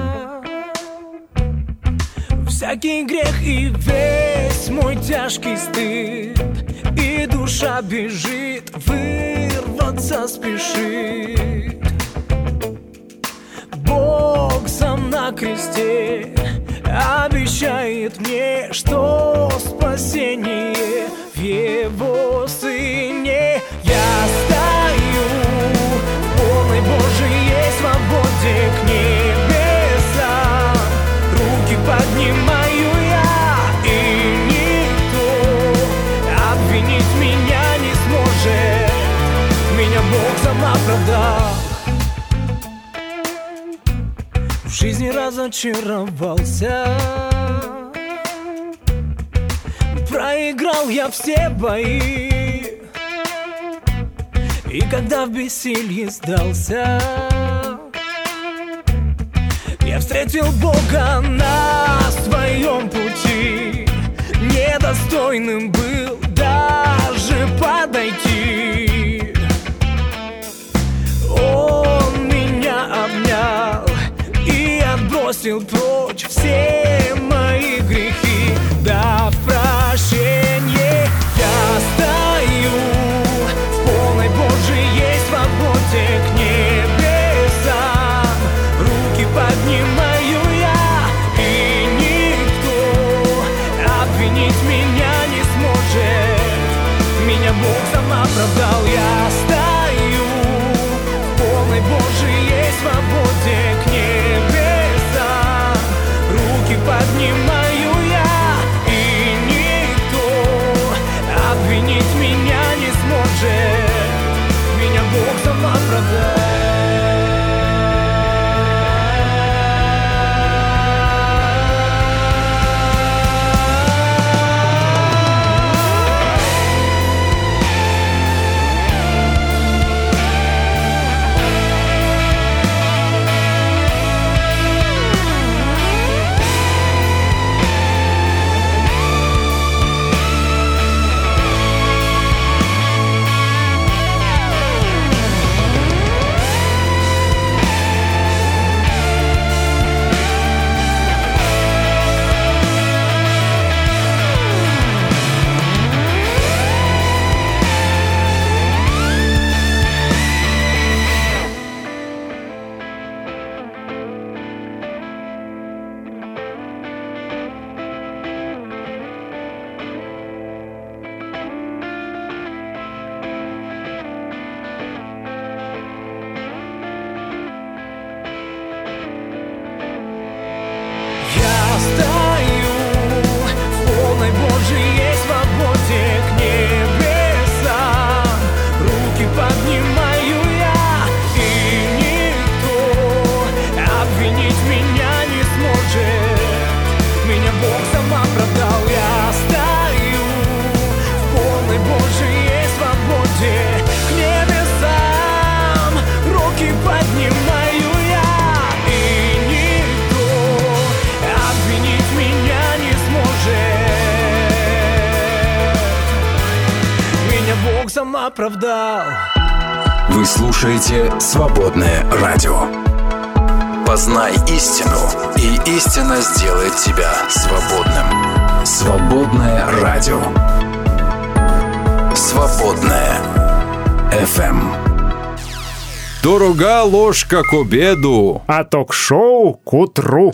H: всякий грех и весь мой тяжкий стыд. И душа бежит, вырваться спешит. Бог сам на кресте обещает мне, что спасение в Его Сыне. Я стою в полной Божьей свободе к небесам. Руки поднимаю я, и никто обвинить меня не сможет. Меня Бог сам оправдал. В жизни разочаровался, проиграл я все бои. И когда в бессилье сдался, я встретил Бога на своем пути. Недостойным был даже подойти. Он меня обнял и отбросил прочь все мои грехи, дав прощение. Я стою в полной Божьей свободе к небесам. Руки поднимаю я, и никто обвинить меня не сможет. Меня Бог сам оправдал. Я стою в полной Божьей свободе к небесам. Руки поднимаю я, и никто обвинить меня не сможет. Меня Бог сам оправдал. Поднимаю я, и никто
P: оправдал.
A: Вы слушаете «Свободное радио». Познай истину, и истина сделает тебя свободным. «Свободное радио». «Свободное FM».
D: Дорога ложка к обеду,
B: а ток-шоу к утру.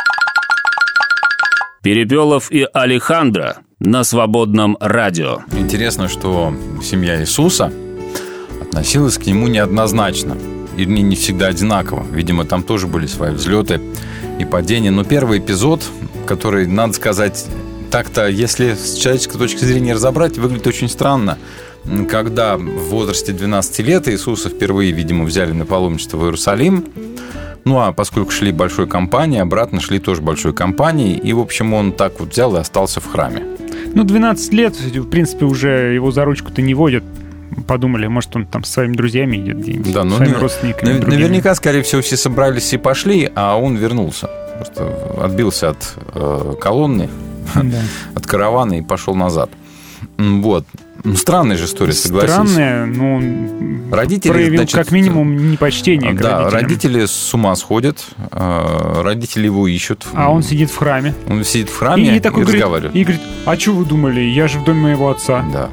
C: Перепелов и Алехандро на Свободном радио.
D: Интересно, что семья Иисуса относилась к нему неоднозначно. И не всегда одинаково. Видимо, там тоже были свои взлеты и падения. Но первый эпизод, который, надо сказать, так-то, если с человеческой точки зрения разобрать, выглядит очень странно. Когда в возрасте 12 лет Иисуса впервые, видимо, взяли на паломничество в Иерусалим. Ну, а поскольку шли большой компанией, обратно шли тоже большой компанией. И, в общем, он так вот взял и остался в храме.
B: Ну, 12 лет, в принципе, уже его за ручку-то не водят. Подумали, может, он там со своими друзьями идет где-нибудь,
D: да, ну,
B: своими родственниками.
D: Наверняка, скорее всего, все собрались и пошли, а он вернулся. Просто отбился от колонны, да, от каравана и пошел назад. Вот. Странная же история, согласись.
B: Странная, но
D: родители,
B: проявил,
D: значит,
B: как минимум непочтение к родителям.
D: Родители с ума сходят, родители его ищут.
B: А он сидит в храме.
D: Он сидит в храме и разговаривает.
B: И говорит, а что вы думали, я же в доме моего отца.
D: Да.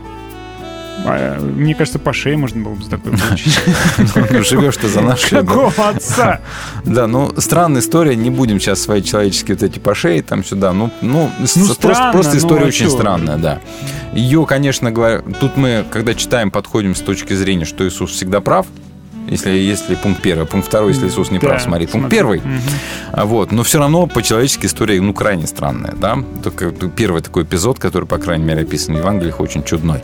B: Мне кажется, по шее можно было бы за такое получить.
D: Живешь ты за наш счет.
B: Какого отца?
D: Да, ну, странная история. Не будем сейчас свои человеческие вот эти по шее там-сюда. Просто история очень странная, да. Ее, конечно, тут мы, когда читаем, подходим с точки зрения, что Иисус всегда прав. Если пункт первый, пункт второй, если Иисус не прав, смотри, пункт первый. Вот, но все равно по-человечески история, крайне странная, да. Только первый такой эпизод, который, по крайней мере, описан в Евангелиях, очень чудной.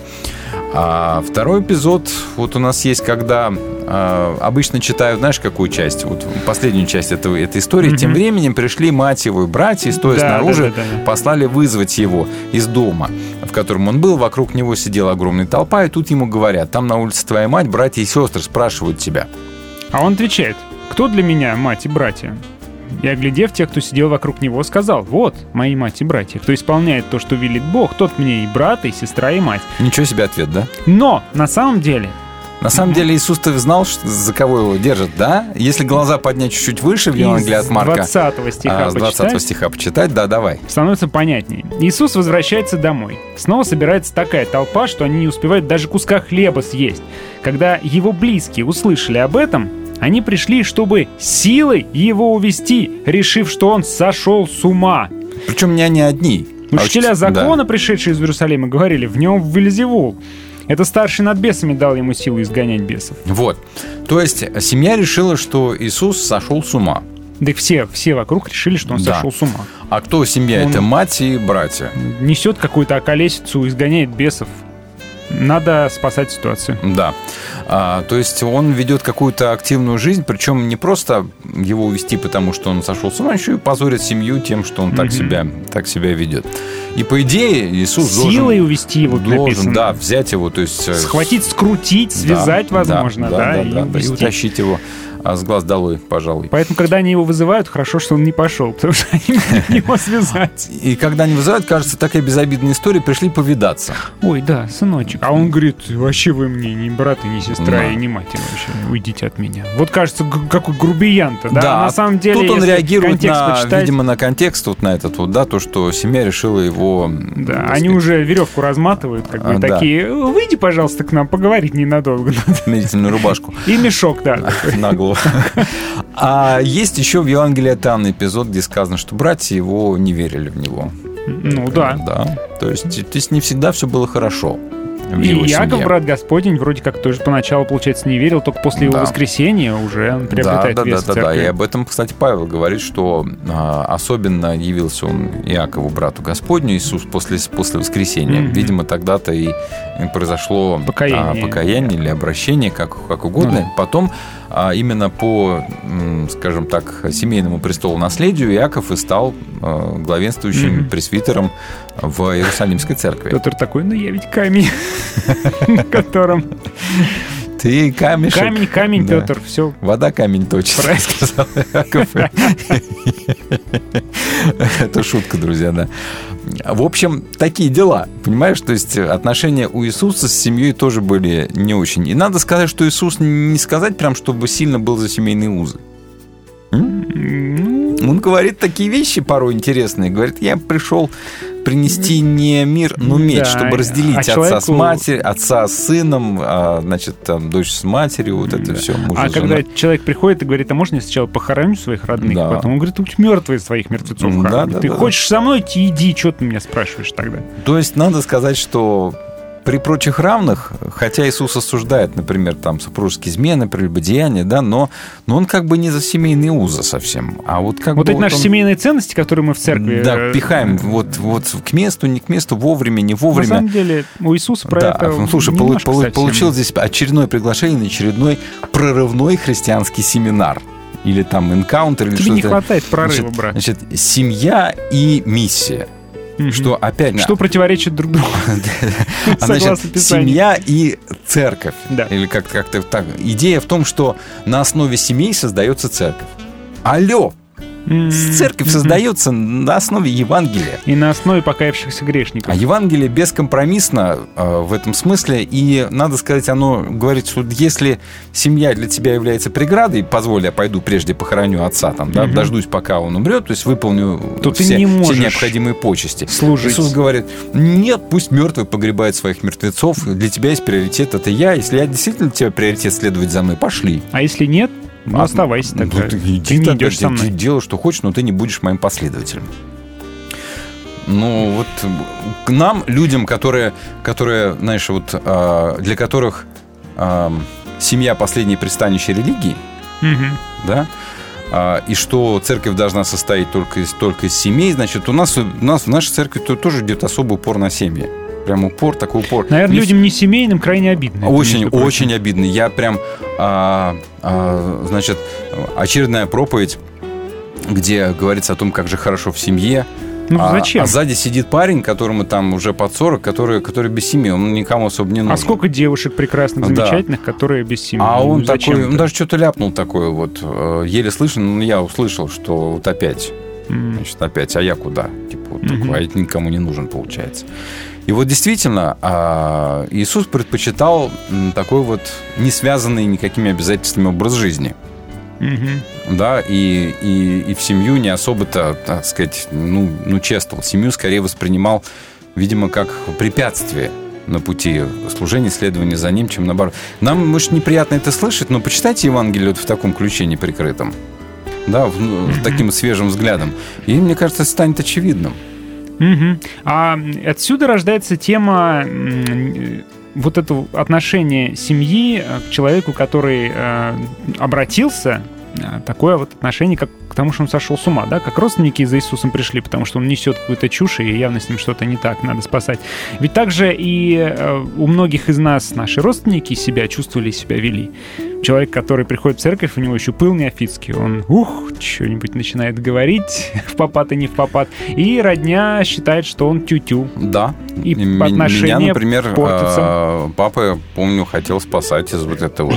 D: А второй эпизод вот у нас есть, когда обычно читают, знаешь, какую часть? Вот последнюю часть этой истории. Тем временем пришли мать его и братья, и, стоя снаружи, послали вызвать его из дома, в котором он был. Вокруг него сидела огромная толпа, и тут ему говорят: там на улице твоя мать, братья и сестры спрашивают тебя.
B: А он отвечает: кто для меня мать и братья? И, оглядев тех, кто сидел вокруг него, сказал: вот мои мать и братья. Кто исполняет то, что велит Бог, тот мне и брат, и сестра, и мать.
D: Ничего себе ответ, да?
B: Но на самом деле...
D: На самом деле Иисус-то знал, за кого его держат, да? Если глаза поднять чуть-чуть выше в Евангелии от Марка...
B: С 20
D: стиха почитать, да, давай.
B: Становится понятнее. Иисус возвращается домой. Снова собирается такая толпа, что они не успевают даже куска хлеба съесть. Когда его близкие услышали об этом, они пришли, чтобы силой его увести, решив, что он сошел с ума.
D: Причем не они одни.
B: Учителя закона, пришедшие из Иерусалима, говорили: в нем Вельзевул. Это старший над бесами дал ему силу изгонять бесов.
D: Вот. То есть семья решила, что Иисус сошел с ума.
B: Да все вокруг решили, что он сошел с ума.
D: А кто семья? Это мать и братья.
B: Несет какую-то околесицу, изгоняет бесов. Надо спасать ситуацию.
D: Да. То есть он ведет какую-то активную жизнь, причем не просто его увести, потому что он сошел с ума, еще и позорит семью тем, что он так себя ведет. И по идее Иисус
B: силой увести его,
D: должен, да, взять его, то есть
B: схватить, скрутить, связать, возможно,
D: и утащить его с глаз долой, пожалуй.
B: Поэтому, когда они его вызывают, хорошо, что он не пошел, потому что они могут его связать.
D: И когда они вызывают, кажется, такая безобидная история, пришли повидаться.
B: Ой, да, сыночек. А он говорит: вообще вы мне ни брат, и ни сестра, и ни мать вообще, уйдите от меня. Вот кажется, какой грубиян-то, да?
D: Да,
B: на самом деле,
D: тут он реагирует
B: почитать...
D: видимо, на контекст, вот на этот вот, да, то, что семья решила его...
B: Да, они уже веревку разматывают, как бы такие: выйди, пожалуйста, к нам, поговорить ненадолго.
D: Смирительную рубашку.
B: И мешок, да.
D: На голову. А есть еще в Евангелии от Иоанна эпизод, где сказано, что братья его не верили в него.
B: Ну да.
D: Да. То есть не всегда все было хорошо.
B: И Иаков, брат Господень, вроде как тоже поначалу, получается, не верил, только после его воскресения уже он приобретает вес в церкви.
D: Да. И об этом, кстати, Павел говорит, что особенно явился он Иакову, брату Господню, Иисус, после воскресения. Видимо, тогда-то и произошло покаяние или обращение, как угодно. Потом именно по, скажем так, семейному престолу наследию Иаков и стал главенствующим пресвитером в Иерусалимской церкви.
B: Петр такой: я ведь камень, на котором
D: Ты камешек.
B: Камень,
D: Да.
B: Петр, все.
D: Вода камень точит, сказал Яков. Это шутка, друзья, да. В общем, такие дела, понимаешь? То есть отношения у Иисуса с семьей тоже были не очень. И надо сказать, что Иисус не сказать прям, чтобы сильно был за семейные узы. Он говорит такие вещи порой интересные. Говорит, я пришел принести не мир, но меч,
B: Да,
D: чтобы разделить отца
B: человеку...
D: с матерью, отца с сыном, значит, там, дочь с матерью, вот это все.
B: А когда человек приходит и говорит, а можно я сначала похороню своих родных,
D: Да.
B: потом он говорит, тут мертвые своих мертвецов хоронят. Ты хочешь со мной идти, иди, что ты меня спрашиваешь тогда?
D: То есть надо сказать, что при прочих равных, хотя Иисус осуждает, например, там супружеские измены, прелюбодеяния, да, но он как бы не за семейные узы совсем, а вот как
B: вот
D: бы
B: эти наши семейные ценности, которые мы в церкви...
D: Да, пихаем вот к месту, не к месту, вовремя, не вовремя.
B: На самом деле у Иисуса про это
D: слушай,
B: немножко совсем.
D: получил здесь очередное приглашение на очередной прорывной христианский семинар. Или там энкаунтер, или
B: Тебе
D: что-то.
B: не хватает прорыва, брат.
D: Значит, семья и миссия. Что опять...
B: Что противоречит друг другу.
D: Значит, семья и церковь. Или как-то так. Идея в том, что на основе семей создается церковь. Алло! Церковь создается на основе Евангелия.
B: И на основе покаявшихся грешников.
D: А Евангелие бескомпромиссно в этом смысле. И, надо сказать, оно говорит, что если семья для тебя является преградой, позволь, я пойду прежде похороню отца, там, да, дождусь, пока он умрет, то есть выполню все необходимые почести.
B: Служить.
D: Иисус говорит, нет, пусть мертвый погребает своих мертвецов, для тебя есть приоритет, это я. Если я действительно тебе приоритет следовать за мной, пошли.
B: А если нет? Ну, оставайся тогда.
D: Ты
B: не идешь со мной.
D: Ты делай, что хочешь, но ты не будешь моим последователем. Ну, вот к нам, людям, которые знаешь, вот для которых семья – последнее пристанище религии, да, и что церковь должна состоять только из семей, значит, у нас в нашей церкви тоже идет особый упор на семьи. Прям упор, такой упор.
B: Наверное, людям не семейным крайне обидно.
D: Очень обидно. Я прям, значит, очередная проповедь, где говорится о том, как же хорошо в семье.
B: Ну, зачем?
D: А сзади сидит парень, которому там уже под 40, который без семьи, он никому особо не нужен.
B: А сколько девушек прекрасных, замечательных, которые без семьи?
D: А он такой, он даже что-то ляпнул такое вот, еле слышно, но я услышал, что вот опять, значит, опять, а я куда? Типа вот такой, а это никому не нужен, получается. И вот действительно, Иисус предпочитал такой вот не связанный никакими обязательствами образ жизни. Да, и в семью не особо-то, так сказать, чествовал. Семью скорее воспринимал, видимо, как препятствие на пути служения, следования за ним, чем наоборот. Нам, может, неприятно это слышать, но почитайте Евангелие вот в таком ключе неприкрытом, да, таким свежим взглядом. И, мне кажется, это станет очевидным.
B: А отсюда рождается тема вот этого отношения семьи к человеку, который обратился, такое вот отношение, как к тому, что он сошел с ума, да, как родственники за Иисусом пришли, потому что он несет какую-то чушь, и явно с ним что-то не так, надо спасать. Ведь также и у многих из нас наши родственники себя чувствовали, себя вели. Человек, который приходит в церковь, у него еще пыл неофитский, он что-нибудь начинает говорить в попад и не в попад, и родня считает, что он тю-тю.
D: Да.
B: И отношения
D: меня, например,
B: портятся.
D: папа, помню, хотел спасать из вот этого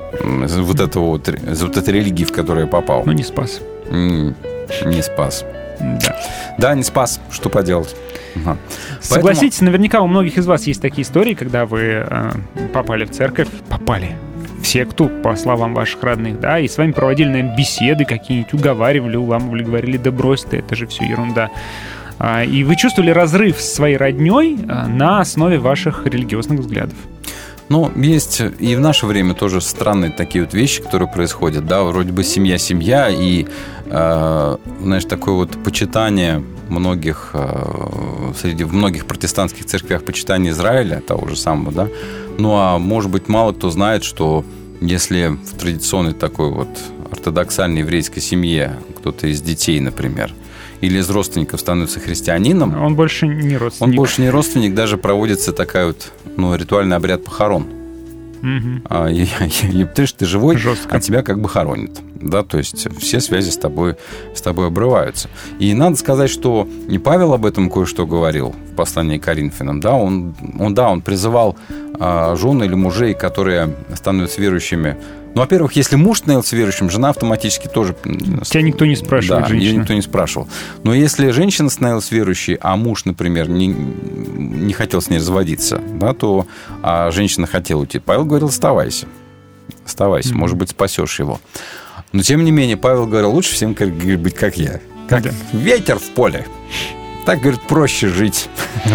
D: вот из вот этой религии, в которую я попал.
B: Но не спас.
D: Не спас. Да, не спас. Что поделать?
B: Согласитесь, наверняка у многих из вас есть такие истории, когда вы попали в церковь, в секту, по словам ваших родных, да, и с вами проводили, наверное, беседы какие-нибудь, уговаривали, уламывали, говорили, да брось ты, это же все ерунда. И вы чувствовали разрыв с своей родней на основе ваших религиозных взглядов.
D: Ну, есть и в наше время тоже странные такие вот вещи, которые происходят, да, вроде бы семья, и, знаешь, такое вот почитание в многих протестантских церквях почитание Израиля, того же самого, да, ну, а может быть, мало кто знает, что если в традиционной такой вот ортодоксальной еврейской семье кто-то из детей, например, или из родственников становится христианином,
B: он больше не родственник.
D: Он больше не родственник, даже проводится такая вот, ритуальный обряд похорон. Ты живой,
B: жестко.
D: а тебя как бы хоронят. Да, то есть все связи с тобой обрываются. И надо сказать, что и Павел об этом кое-что говорил в послании к Коринфянам. Да, он призывал жен или мужей, которые становятся верующими. Ну, во-первых, если муж становится верующим, жена автоматически тоже...
B: Тебя никто не спрашивает,
D: да,
B: женщина.
D: ее никто не спрашивал. Но если женщина становилась верующей, а муж, например, не хотел с ней разводиться, да, то женщина хотела уйти, Павел говорил, оставайся, может быть, спасешь его. Но, тем не менее, Павел говорил, лучше всем быть как я, как ветер в поле. Так, говорит, проще жить,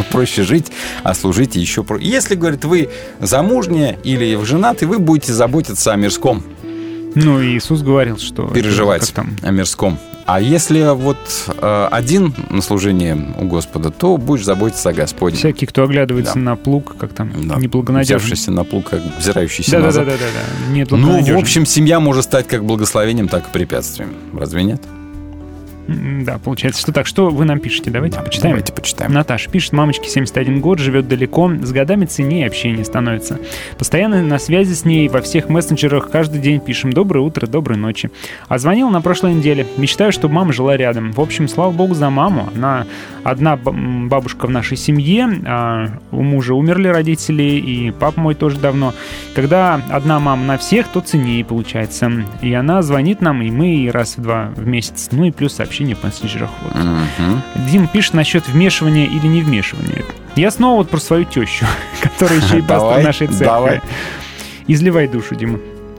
D: а служить еще проще. Если, говорит, вы замужняя или женаты, вы будете заботиться о мирском.
B: Ну, Иисус говорил, что...
D: Переживать о мирском. А если вот один на служение у Господа, то будешь заботиться о Господе.
B: Всякий, кто оглядывается на плуг, как там, неблагонадежный.
D: Взявшийся на плуг, как взирающийся назад.
B: Да.
D: Ну, в общем, семья может стать как благословением, так и препятствием. Разве нет?
B: Да, получается, что так. Что вы нам пишете? Давайте почитаем.
D: Давайте почитаем.
B: Наташа пишет, мамочке 71 год, живет далеко, с годами ценнее общение становится. Постоянно на связи с ней во всех мессенджерах, каждый день пишем «Доброе утро, доброй ночи». А звонил на прошлой неделе. Мечтаю, чтобы мама жила рядом. В общем, слава богу за маму. Она одна бабушка в нашей семье, у мужа умерли родители, и папа мой тоже давно. Когда одна мама на всех, то ценнее получается. И она звонит нам, и мы раз в 2 в месяц. Ну и плюс сообщение в мессенджерах. Вот. Дим пишет насчет вмешивания или не вмешивания. Я снова вот про свою тещу, которая еще и пастор нашей церкви.
D: Давай.
B: Изливай душу, Дима.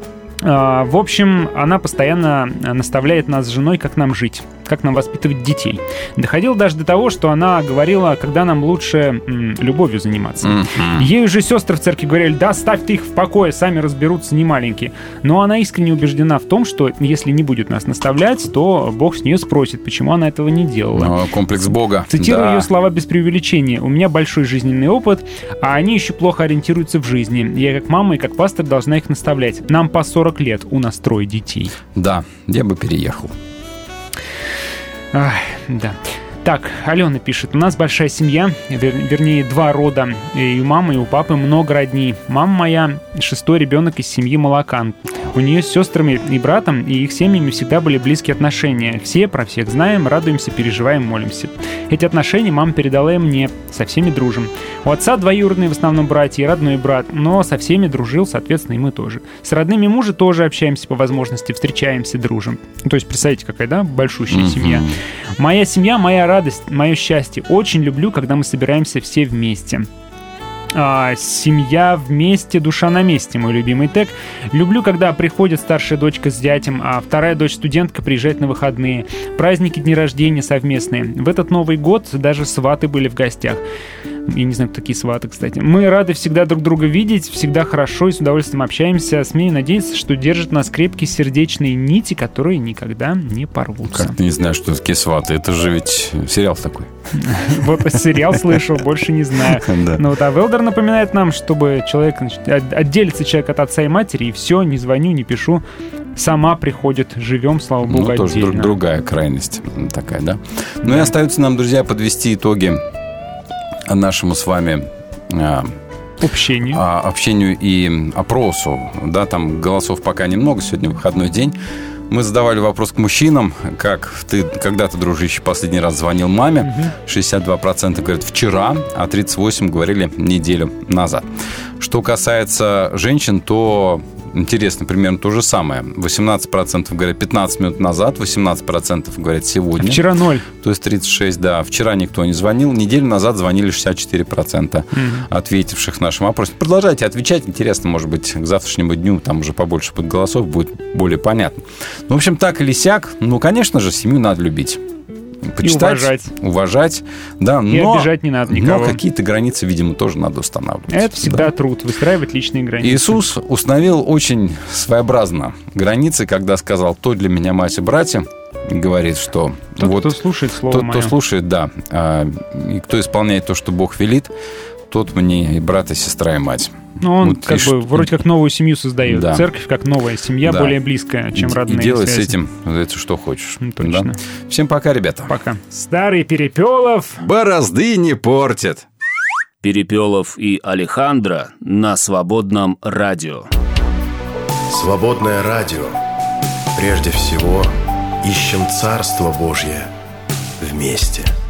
B: В общем, она постоянно наставляет нас с женой, как нам жить, как нам воспитывать детей. Доходило даже до того, что она говорила, когда нам лучше любовью заниматься. Ей уже сестры в церкви говорили, да, ставь ты их в покое, сами разберутся, не маленькие. Но она искренне убеждена в том, что если не будет нас наставлять, то Бог с нее спросит, почему она этого не делала.
D: Комплекс Бога.
B: Цитирую ее слова без преувеличения. У меня большой жизненный опыт, а они еще плохо ориентируются в жизни. Я как мама и как пастор должна их наставлять. Нам по 40 лет, у нас 3 детей.
D: Да, я бы переехал.
B: Да. Так, Алена пишет. У нас большая семья, вернее, 2 рода. И у мамы, и у папы много родней. Мама моя 6-й ребенок из семьи Малакан. У нее с сестрами и братом и их семьями всегда были близкие отношения. Все про всех знаем, радуемся, переживаем, молимся. Эти отношения мама передала и мне. Со всеми дружим. У отца двоюродные в основном братья и родной брат, но со всеми дружил, соответственно, и мы тоже. С родными мужа тоже общаемся по возможности, встречаемся, дружим. То есть, представляете, какая, да, большущая семья. Моя семья, моя радость, мое счастье. Очень люблю, когда мы собираемся все вместе. Семья вместе, душа на месте, мой любимый тег. Люблю, когда приходит старшая дочка с зятем, а вторая дочь-студентка приезжает на выходные. Праздники, дни рождения совместные. В этот Новый год даже сваты были в гостях. Я не знаю, кто такие сваты, кстати. Мы рады всегда друг друга видеть, всегда хорошо и с удовольствием общаемся. Смею надеяться, что держат нас крепкие сердечные нити, которые никогда не порвутся.
D: Как ты не знаешь, что такие сваты? Это же ведь сериал такой.
B: Вот сериал слышал, больше не знаю. Но вот Велдер напоминает нам, чтобы человек, отделится человек от отца и матери, и все, не звоню, не пишу. Сама приходит, живем, слава богу, отдельно.
D: Тоже другая крайность такая, да? Ну и остается нам, друзья, подвести итоги нашему с вами общению и опросу. Да, там голосов пока немного, сегодня выходной день. Мы задавали вопрос к мужчинам, как ты когда-то, дружище, последний раз звонил маме. 62% говорят вчера, а 38% говорили неделю назад. Что касается женщин, то интересно, примерно то же самое. 18% говорят 15 минут назад, 18% говорят сегодня.
B: Вчера 0.
D: То есть 36, да. Вчера никто не звонил. Неделю назад звонили 64% ответивших нашему опросу. Продолжайте отвечать. Интересно, может быть, к завтрашнему дню там уже побольше под голосов будет более понятно. Ну, в общем, так или сяк, ну, конечно же, семью надо любить. Почитать, уважать, да,
B: и обижать не надо никого.
D: Но какие-то границы, видимо, тоже надо устанавливать.
B: Это всегда труд, выстраивать личные границы.
D: Иисус установил очень своеобразно границы, когда сказал: «То для меня мать и братья», говорит, что
B: кто слушает слово мое.
D: Кто слушает, да, и кто исполняет то, что Бог велит, тот мне и брат, и сестра, и мать.
B: Ну, он вот, как бы вроде как новую семью создает.
D: Да.
B: Церковь как новая семья, да, более близкая, чем родные связи.
D: И делай с этим что хочешь.
B: Ну, точно.
D: Да? Всем пока, ребята.
B: Пока. Старый Перепелов
D: борозды не портит.
C: Перепелов и Алехандро на Свободном радио.
I: Свободное радио. Прежде всего, ищем Царство Божье вместе.